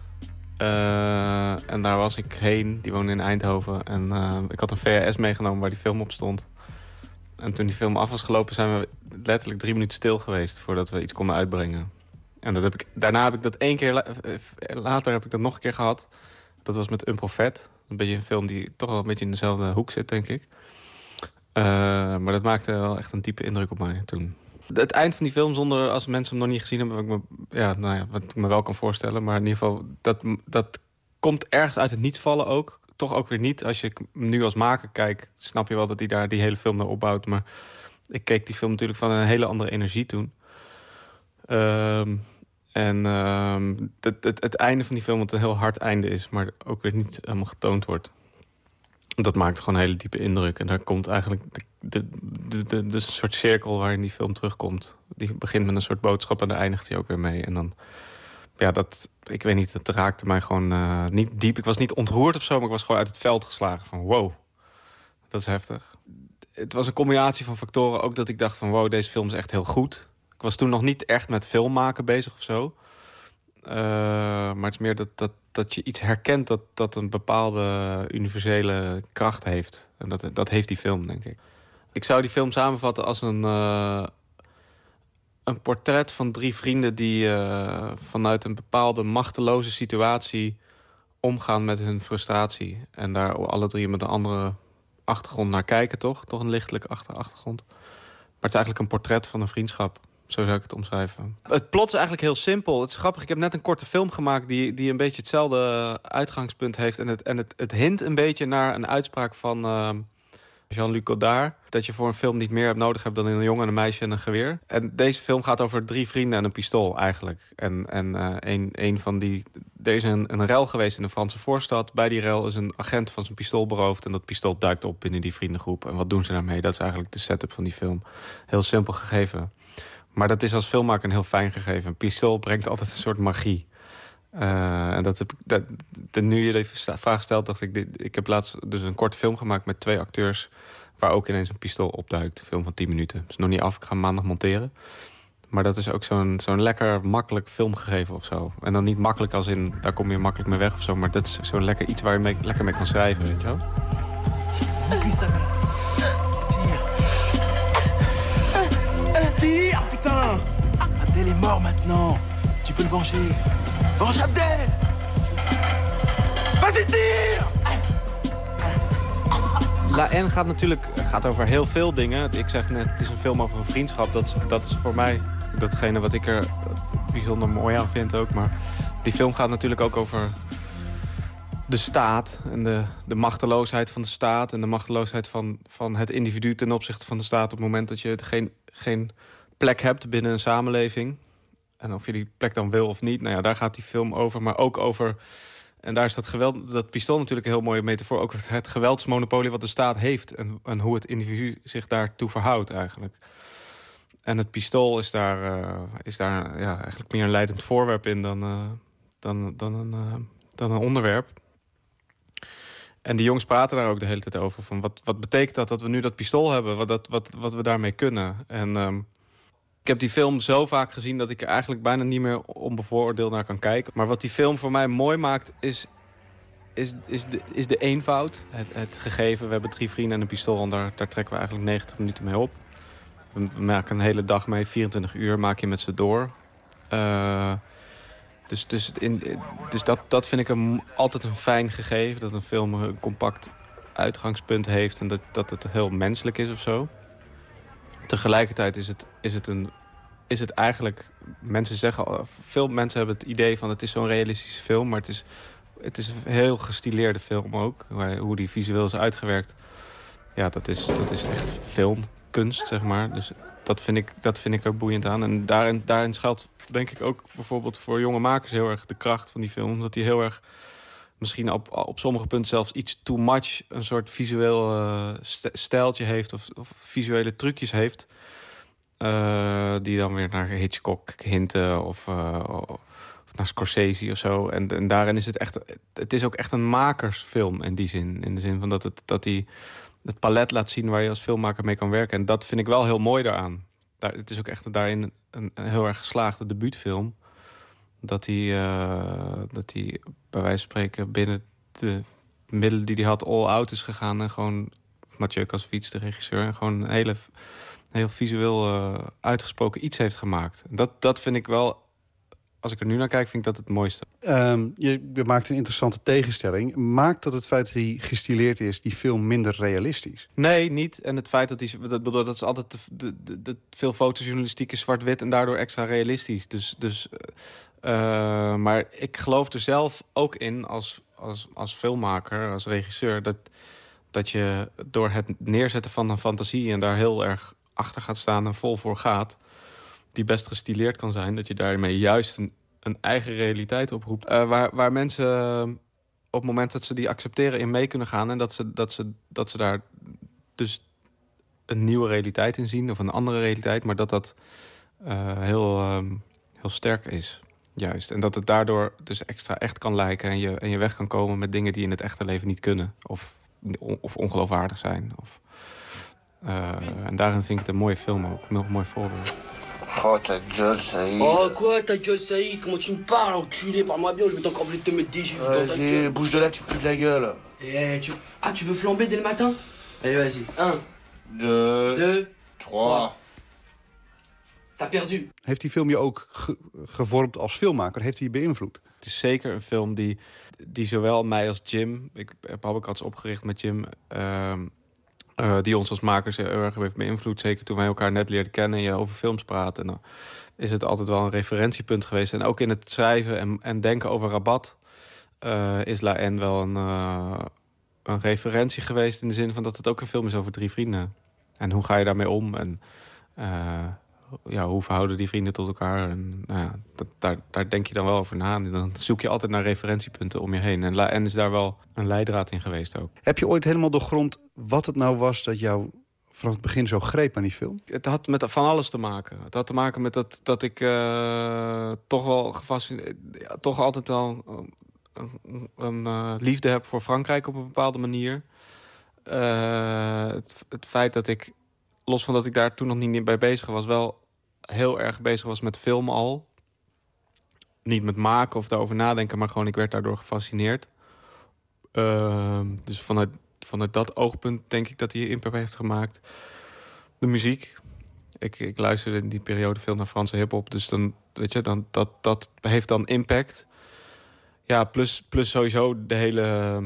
Uh, en daar was ik heen, die woonde in Eindhoven. En uh, ik had een V H S meegenomen waar die film op stond. En toen die film af was gelopen zijn we letterlijk drie minuten stil geweest voordat we iets konden uitbrengen. En dat heb ik, daarna heb ik dat één keer, la- later heb ik dat nog een keer gehad. Dat was met Un Prophète. Een beetje een film die toch wel een beetje in dezelfde hoek zit, denk ik. Uh, maar dat maakte wel echt een diepe indruk op mij toen. Het eind van die film, zonder als mensen hem nog niet gezien hebben, wat ik me, ja, nou ja, wat ik me wel kan voorstellen. Maar in ieder geval, dat, dat komt ergens uit het niets vallen ook. Toch ook weer niet. Als je nu als maker kijkt, snap je wel dat hij daar die hele film naar opbouwt. Maar ik keek die film natuurlijk van een hele andere energie toen. Um, en um, het, het, het einde van die film, wat een heel hard einde is, maar ook weer niet helemaal getoond wordt. Dat maakt gewoon een hele diepe indruk. En daar komt eigenlijk de, de, de, de, de soort cirkel waarin die film terugkomt. Die begint met een soort boodschap en daar eindigt hij ook weer mee. En dan, ja, dat, ik weet niet, het raakte mij gewoon uh, niet diep. Ik was niet ontroerd of zo, maar ik was gewoon uit het veld geslagen van wow, dat is heftig. Het was een combinatie van factoren ook dat ik dacht van wow, deze film is echt heel goed. Ik was toen nog niet echt met film maken bezig of zo. Uh, maar het is meer dat, dat, dat je iets herkent dat, dat een bepaalde universele kracht heeft. En dat, dat heeft die film, denk ik. Ik zou die film samenvatten als een, uh, een portret van drie vrienden die uh, vanuit een bepaalde machteloze situatie omgaan met hun frustratie. En daar alle drie met een andere achtergrond naar kijken, toch? Toch een lichtelijke achter- achtergrond. Maar het is eigenlijk een portret van een vriendschap. Zo zou ik het omschrijven. Het plot is eigenlijk heel simpel. Het is grappig, ik heb net een korte film gemaakt die, die een beetje hetzelfde uitgangspunt heeft. En het, en het, het hint een beetje naar een uitspraak van uh, Jean-Luc Godard. Dat je voor een film niet meer hebt nodig hebt dan een jongen, een meisje en een geweer. En deze film gaat over drie vrienden en een pistool eigenlijk. En, en uh, een, een van die... Er is een, een rel geweest in de Franse voorstad. Bij die rel is een agent van zijn pistool beroofd. En dat pistool duikt op binnen die vriendengroep. En wat doen ze daarmee? Dat is eigenlijk de setup van die film. Heel simpel gegeven. Maar dat is als filmmaker een heel fijn gegeven. Een pistool brengt altijd een soort magie. Uh, en dat heb ik, dat, de, nu je deze vraag stelt, dacht ik... Dit, ik heb laatst dus een korte film gemaakt met twee acteurs... waar ook ineens een pistool opduikt. Een film van tien minuten. Het is nog niet af, ik ga hem maandag monteren. Maar dat is ook zo'n, zo'n lekker makkelijk filmgegeven of zo. En dan niet makkelijk als in, daar kom je makkelijk mee weg of zo... maar dat is zo'n lekker iets waar je mee, lekker mee kan schrijven, weet je wel? Tire, putain! Abdel est mort maintenant. Tu peux le venger. Venge Abdel! Vas-y, tire! La Haine gaat natuurlijk gaat over heel veel dingen. Ik zeg net, het is een film over een vriendschap. Dat is, dat is voor mij datgene wat ik er bijzonder mooi aan vind ook. Maar die film gaat natuurlijk ook over de staat en de, de machteloosheid van de staat... en de machteloosheid van, van het individu ten opzichte van de staat... op het moment dat je geen, geen plek hebt binnen een samenleving. En of je die plek dan wil of niet, nou ja, daar gaat die film over. Maar ook over, en daar is dat geweld, dat pistool natuurlijk een heel mooie metafoor... ook het geweldsmonopolie wat de staat heeft... en, en hoe het individu zich daartoe verhoudt eigenlijk. En het pistool is daar, uh, is daar ja, eigenlijk meer een leidend voorwerp in... dan, uh, dan, dan, een, uh, dan een onderwerp. En die jongens praten daar ook de hele tijd over. Van wat, wat betekent dat dat we nu dat pistool hebben? Wat, dat, wat, wat we daarmee kunnen? En um, ik heb die film zo vaak gezien dat ik er eigenlijk bijna niet meer onbevooroordeeld naar kan kijken. Maar wat die film voor mij mooi maakt is, is, is, de, is de eenvoud. Het, het gegeven, we hebben drie vrienden en een pistool en daar, daar trekken we eigenlijk negentig minuten mee op. We, we maken een hele dag mee, vierentwintig uur maak je met ze door. Uh, dus dus, in, dus dat, dat vind ik een, altijd een fijn gegeven. Dat een film een compact uitgangspunt heeft en dat, dat het heel menselijk is of zo. Tegelijkertijd is het, is het, een, is het eigenlijk... Mensen zeggen... Veel mensen hebben het idee van het is zo'n realistische film, maar het is, het is een heel gestileerde film ook. Hoe die visueel is uitgewerkt. Ja, dat is, dat is echt filmkunst, zeg maar. Dus dat vind ik, dat vind ik er boeiend aan. En daarin, daarin schuilt, denk ik, ook bijvoorbeeld voor jonge makers heel erg de kracht van die film. Omdat die heel erg, misschien op, op sommige punten zelfs iets too much, een soort visueel uh, stijltje heeft of, of visuele trucjes heeft. Uh, die dan weer naar Hitchcock hinten of, uh, of naar Scorsese of zo. En, en daarin is het echt, het is ook echt een makersfilm in die zin. In de zin van dat het, dat die het palet laat zien waar je als filmmaker mee kan werken. En dat vind ik wel heel mooi daaraan. Daar, het is ook echt daarin een, een heel erg geslaagde debuutfilm. Dat hij, uh, dat hij bij wijze van spreken binnen de middelen die hij had all out is gegaan. En gewoon Mathieu Kassovitz, de regisseur, en gewoon een hele, heel visueel uh, uitgesproken iets heeft gemaakt. Dat, dat vind ik wel, als ik er nu naar kijk, vind ik dat het mooiste. Um, je, je maakt een interessante tegenstelling. Maakt dat het feit dat hij gestileerd is, die film minder realistisch? Nee, niet. En het feit dat hij... Dat, bedoel, dat is altijd de, de, de, de, veel fotojournalistiek is zwart-wit en daardoor extra realistisch. Dus, dus, uh, maar ik geloof er zelf ook in als, als, als filmmaker, als regisseur, dat, dat je door het neerzetten van een fantasie en daar heel erg achter gaat staan en vol voor gaat, die best gestileerd kan zijn, dat je daarmee juist een, een eigen realiteit oproept. Uh, waar, waar mensen uh, op het moment dat ze die accepteren in mee kunnen gaan en dat ze, dat ze, dat ze daar dus een nieuwe realiteit in zien of een andere realiteit, maar dat dat uh, heel, uh, heel sterk is, juist. En dat het daardoor dus extra echt kan lijken en je, en je weg kan komen met dingen die in het echte leven niet kunnen of, of ongeloofwaardig zijn. Of, uh, en daarin vind ik het een mooie film ook, een mooi voorbeeld. Oh, ta gueule, Saïd. Oh, quoi, ta gueule, Saïd? Comment tu me parles, enculé? Parle-moi bien, je vais t'encore te mettre des gifles dans ta gueule. Bouge de là, tu pues de la gueule. Eh, tu... Ah, tu veux flamber dès le matin? Allez, vas-y. Un. Deux. Deux. Trois. T'as perdu. Heeft die film je ook ge- gevormd als filmmaker? Heeft hij je beïnvloed? Het is zeker een film die, die zowel mij als Jim... Ik heb Habbekats opgericht met Jim... Uh, Uh, die ons als makers heel erg heeft beïnvloed. Zeker toen wij elkaar net leerden kennen en je over films praten. En dan is het altijd wel een referentiepunt geweest. En ook in het schrijven en, en denken over Rabat uh, is La Haine wel een, uh, een referentie geweest. In de zin van dat het ook een film is over drie vrienden. En hoe ga je daarmee om? En uh, ja, hoe verhouden die vrienden tot elkaar? En, nou ja, dat, daar, daar denk je dan wel over na. En dan zoek je altijd naar referentiepunten om je heen. En La Haine is daar wel een leidraad in geweest ook. Heb je ooit helemaal doorgrond wat het nou was dat jou vanaf het begin zo greep aan die film? Het had met van alles te maken. Het had te maken met dat, dat ik uh, toch wel gefascineerd... Ja, toch altijd al een, een uh, liefde heb voor Frankrijk op een bepaalde manier. Uh, het, het feit dat ik, los van dat ik daar toen nog niet bij bezig was, wel heel erg bezig was met film al. Niet met maken of daarover nadenken, maar gewoon ik werd daardoor gefascineerd. Uh, dus vanuit, vanuit dat oogpunt denk ik dat hij impact heeft gemaakt. De muziek. Ik, ik luisterde in die periode veel naar Franse hiphop, dus dan weet je, dan, dat, dat heeft dan impact. Ja, plus, plus sowieso de hele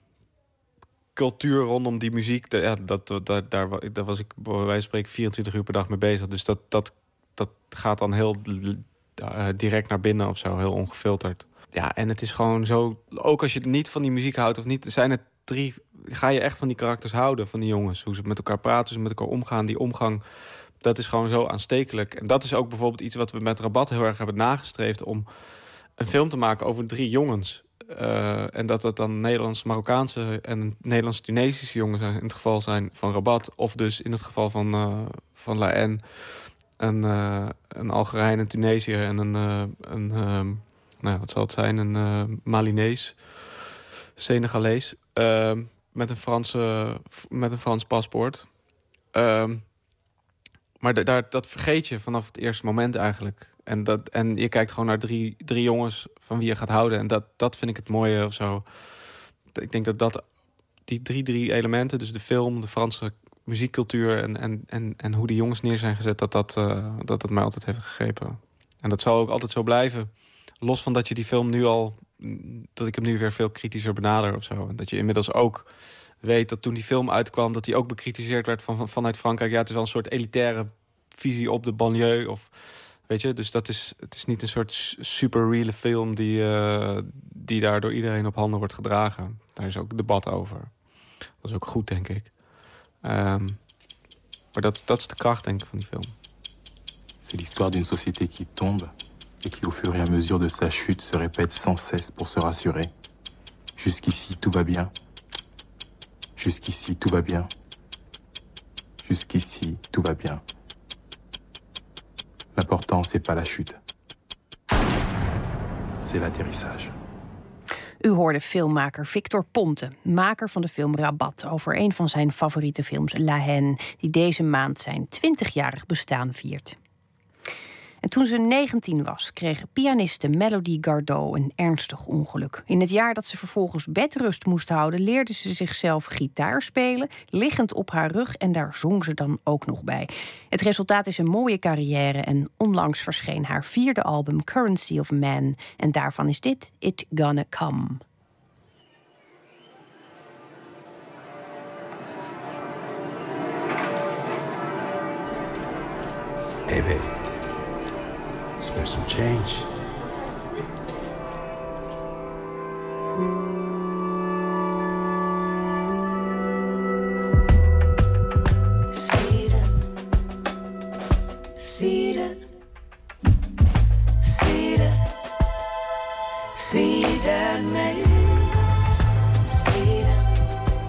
cultuur rondom die muziek. De, ja, dat, dat, daar, daar was ik bij wijze van spreken vierentwintig uur per dag mee bezig. Dus dat, dat, dat gaat dan heel uh, direct naar binnen of zo, heel ongefilterd. Ja, en het is gewoon zo, ook als je niet van die muziek houdt of niet, zijn het drie, ga je echt van die karakters houden, van die jongens. Hoe ze met elkaar praten, hoe ze met elkaar omgaan. Die omgang, dat is gewoon zo aanstekelijk. En dat is ook bijvoorbeeld iets wat we met Rabat heel erg hebben nagestreefd, om een film te maken over drie jongens. Uh, en dat dat dan Nederlands-Marokkaanse en Nederlands-Tunesische jongens in het geval zijn van Rabat. Of dus in het geval van, uh, van La Haine een, uh, een Algerijn, een Tunesiër en een, uh, een, uh, nou, wat zal het zijn, een uh, Malinees, Senegalees, uh, met een Franse, met een Frans paspoort. Uh, maar d- daar, dat vergeet je vanaf het eerste moment eigenlijk. En, dat, en je kijkt gewoon naar drie, drie jongens van wie je gaat houden. En dat, dat vind ik het mooie of zo. Ik denk dat, dat die drie, drie elementen, dus de film, de Franse muziekcultuur en, en, en, en hoe die jongens neer zijn gezet, dat dat, uh, dat dat mij altijd heeft gegrepen. En dat zal ook altijd zo blijven. Los van dat je die film nu al, dat ik hem nu weer veel kritischer benader of zo. En dat je inmiddels ook weet dat toen die film uitkwam, dat die ook bekritiseerd werd van, van, vanuit Frankrijk. Ja, het is wel een soort elitaire visie op de banlieue. Of, weet je, dus dat is, het is niet een soort super reale film die, uh, die daar door iedereen op handen wordt gedragen. Daar is ook debat over. Dat is ook goed, denk ik. Um, maar dat, dat is de kracht, denk ik, van die film. C'est l'histoire d'une société qui tombe et qui, au fur et à mesure de sa chute, se répète sans cesse pour se rassurer. Jusqu'ici, tout va bien. Jusqu'ici, tout va bien. Jusqu'ici, tout va bien. L'important, c'est pas la chute. C'est l'atterrissage. U hoorde filmmaker Victor Ponte, maker van de film Rabat, over een van zijn favoriete films, La Haine, die deze maand zijn twintigjarig bestaan viert. En toen ze negentien was, kreeg pianiste Melody Gardot een ernstig ongeluk. In het jaar dat ze vervolgens bedrust moest houden, leerde ze zichzelf gitaar spelen, liggend op haar rug, en daar zong ze dan ook nog bij. Het resultaat is een mooie carrière en onlangs verscheen haar vierde album Currency of Man. En daarvan is dit It Gonna Come. Hey baby. Spare some change. See that, see that, see that, see that man. See that,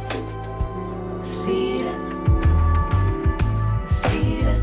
see that, see that,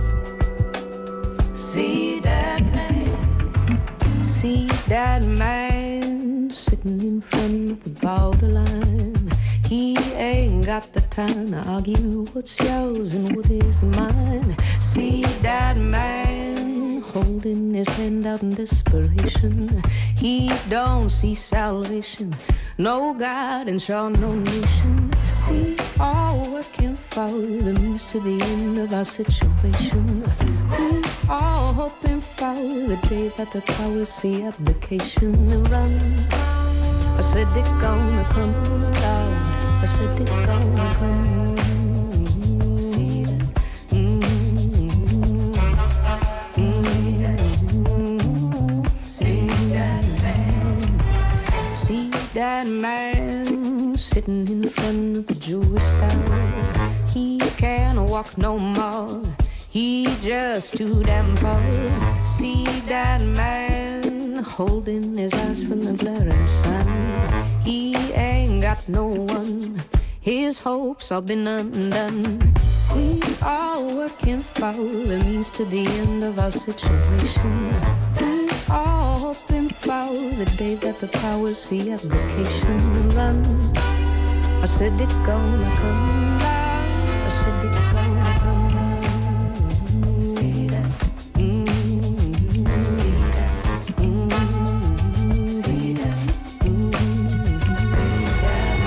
see that man. See that man sitting in front of the borderline. He ain't got the time to argue what's yours and what is mine. See that man holding his hand out in desperation. He don't see salvation, no God and sure no nation. See, all working for the means to the end of our situation. We all hoping for the day that the powers see application and run. I said it gonna come down. I said it gonna come. See that, mm-hmm. See that, mm-hmm. See that man. See that man sitting in front of the jewelry store. He can't walk no more. He just too damn poor. See that man holding his eyes from the glaring sun. He ain't got no one. His hopes all been undone. See, all working for the means to the end of our situation. We all hoping for the day that the powers see application run. I said it gonna come down. I said it gonna come down. See that, mm-hmm. See that, mm-hmm. See that, mm-hmm. See that,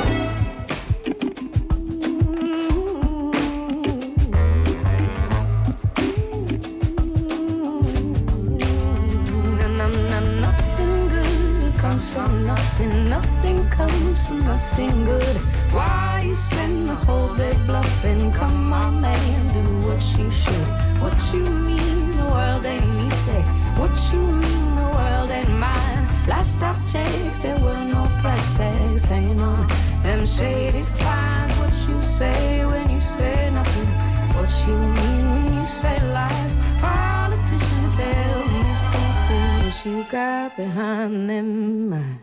mm-hmm. And, and, and nothing good comes from nothing. Nothing comes from nothing good. Why you spend the whole day bluffing? Come on, man, do what you should. What you mean, the world ain't easy. What you mean, the world ain't mine. Last I checked, there were no price tags hanging on them shady pines. What you say when you say nothing? What you mean when you say lies? Politician, tell me something. What you got behind them eyes?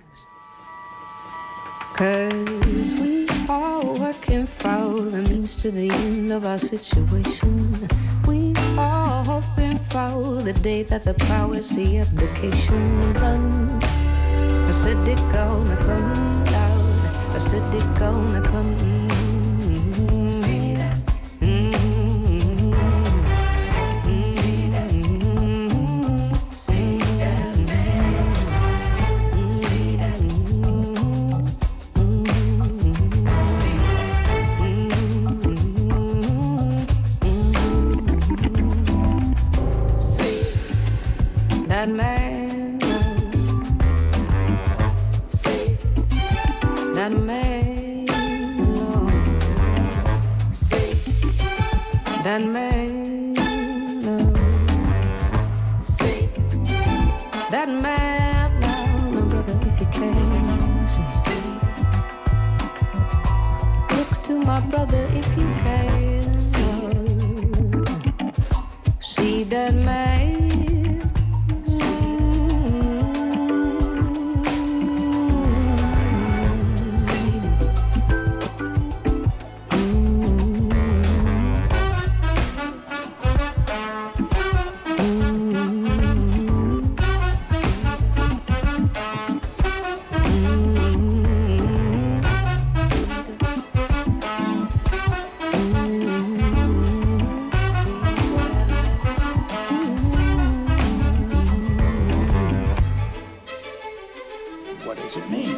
'Cause we all working for the means to the end of our situation. We all hoping for the day that the powers see application run. I said it gonna come down. I said it gonna come. See that? Mm-hmm. See that? Mm-hmm. See that man? See that? Mm-hmm. See that? See that man? See that man? See that man? See that man? Now, brother, if you can, see. Look to my brother if you can. See that man? What does it mean?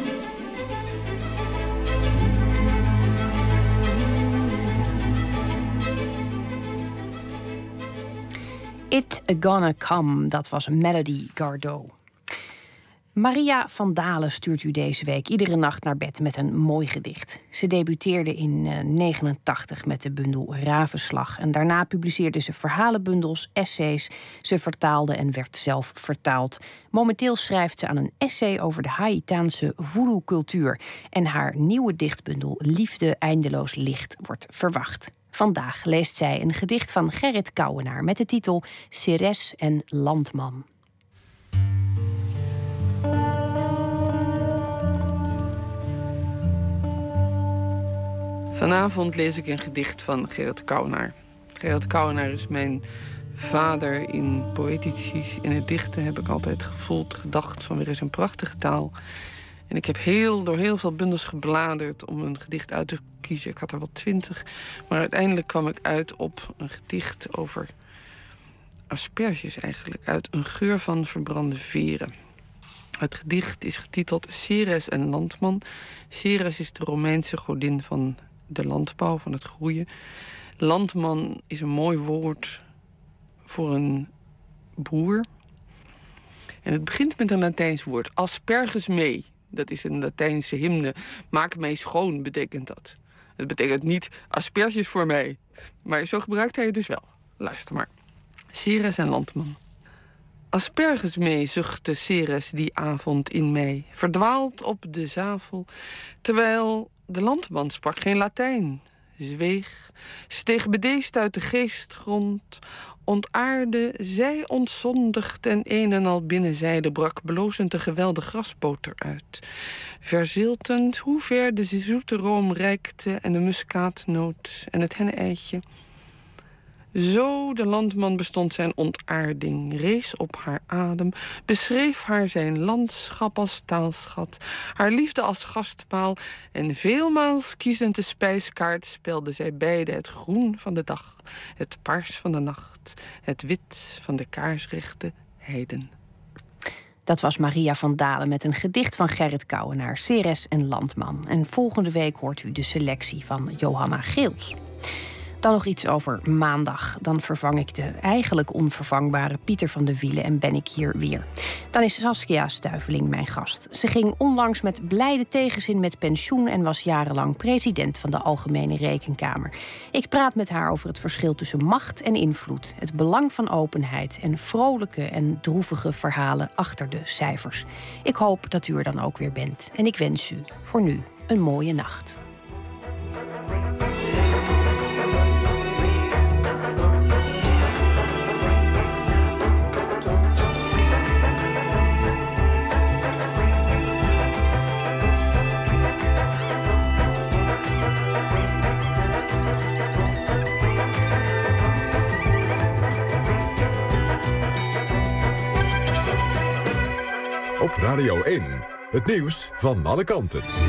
It Gonna Come, dat was Melody Gardot. Maria van Dalen stuurt u deze week iedere nacht naar bed met een mooi gedicht. Ze debuteerde in negentien negenentachtig met de bundel Ravenslag. En daarna publiceerde ze verhalenbundels, essays. Ze vertaalde en werd zelf vertaald. Momenteel schrijft ze aan een essay over de Haïtaanse voodoo-cultuur. En haar nieuwe dichtbundel Liefde eindeloos licht wordt verwacht. Vandaag leest zij een gedicht van Gerrit Kouwenaar met de titel Ceres en Landman. Vanavond lees ik een gedicht van Gerrit Kouwenaar. Gerrit Kouwenaar is mijn vader in poëtici. In het dichten heb ik altijd gevoeld, gedacht van weer eens een prachtige taal. En ik heb heel, door heel veel bundels gebladerd om een gedicht uit te kiezen. Ik had er wel twintig. Maar uiteindelijk kwam ik uit op een gedicht over asperges eigenlijk. Uit een geur van verbrande veren. Het gedicht is getiteld Ceres en Landman. Ceres is de Romeinse godin van de landbouw, van het groeien. Landman is een mooi woord voor een boer. En het begint met een Latijns woord. Asperges me. Dat is een Latijnse hymne. Maak mij schoon, betekent dat. Het betekent niet asperges voor mij. Maar zo gebruikt hij het dus wel. Luister maar. Ceres en Landman. Asperges mee, zuchtte Ceres die avond in mei, verdwaald op de zavel, terwijl de landman sprak geen Latijn, zweeg, steeg bedeesd uit de geestgrond, ontaarde, zij ontzondigd en een en al binnenzijde brak blozend de geweldig grasboter uit. Verziltend, hoe ver de zoete room reikte en de muskaatnoot en het henne-eitje. Zo de landman bestond zijn ontaarding, rees op haar adem, beschreef haar zijn landschap als taalschat, haar liefde als gastpaal en veelmaals kiezend de spijskaart speelde zij beide het groen van de dag, het paars van de nacht, het wit van de kaarsrechte heiden. Dat was Maria van Dalen met een gedicht van Gerrit Kouwenaar, Ceres en Landman. En volgende week hoort u de selectie van Johanna Geels. Dan nog iets over maandag. Dan vervang ik de eigenlijk onvervangbare Pieter van de Wielen en ben ik hier weer. Dan is Saskia Stuiveling mijn gast. Ze ging onlangs met blijde tegenzin met pensioen en was jarenlang president van de Algemene Rekenkamer. Ik praat met haar over het verschil tussen macht en invloed, het belang van openheid en vrolijke en droevige verhalen achter de cijfers. Ik hoop dat u er dan ook weer bent. En ik wens u voor nu een mooie nacht. Op Radio één, Het nieuws van alle kanten.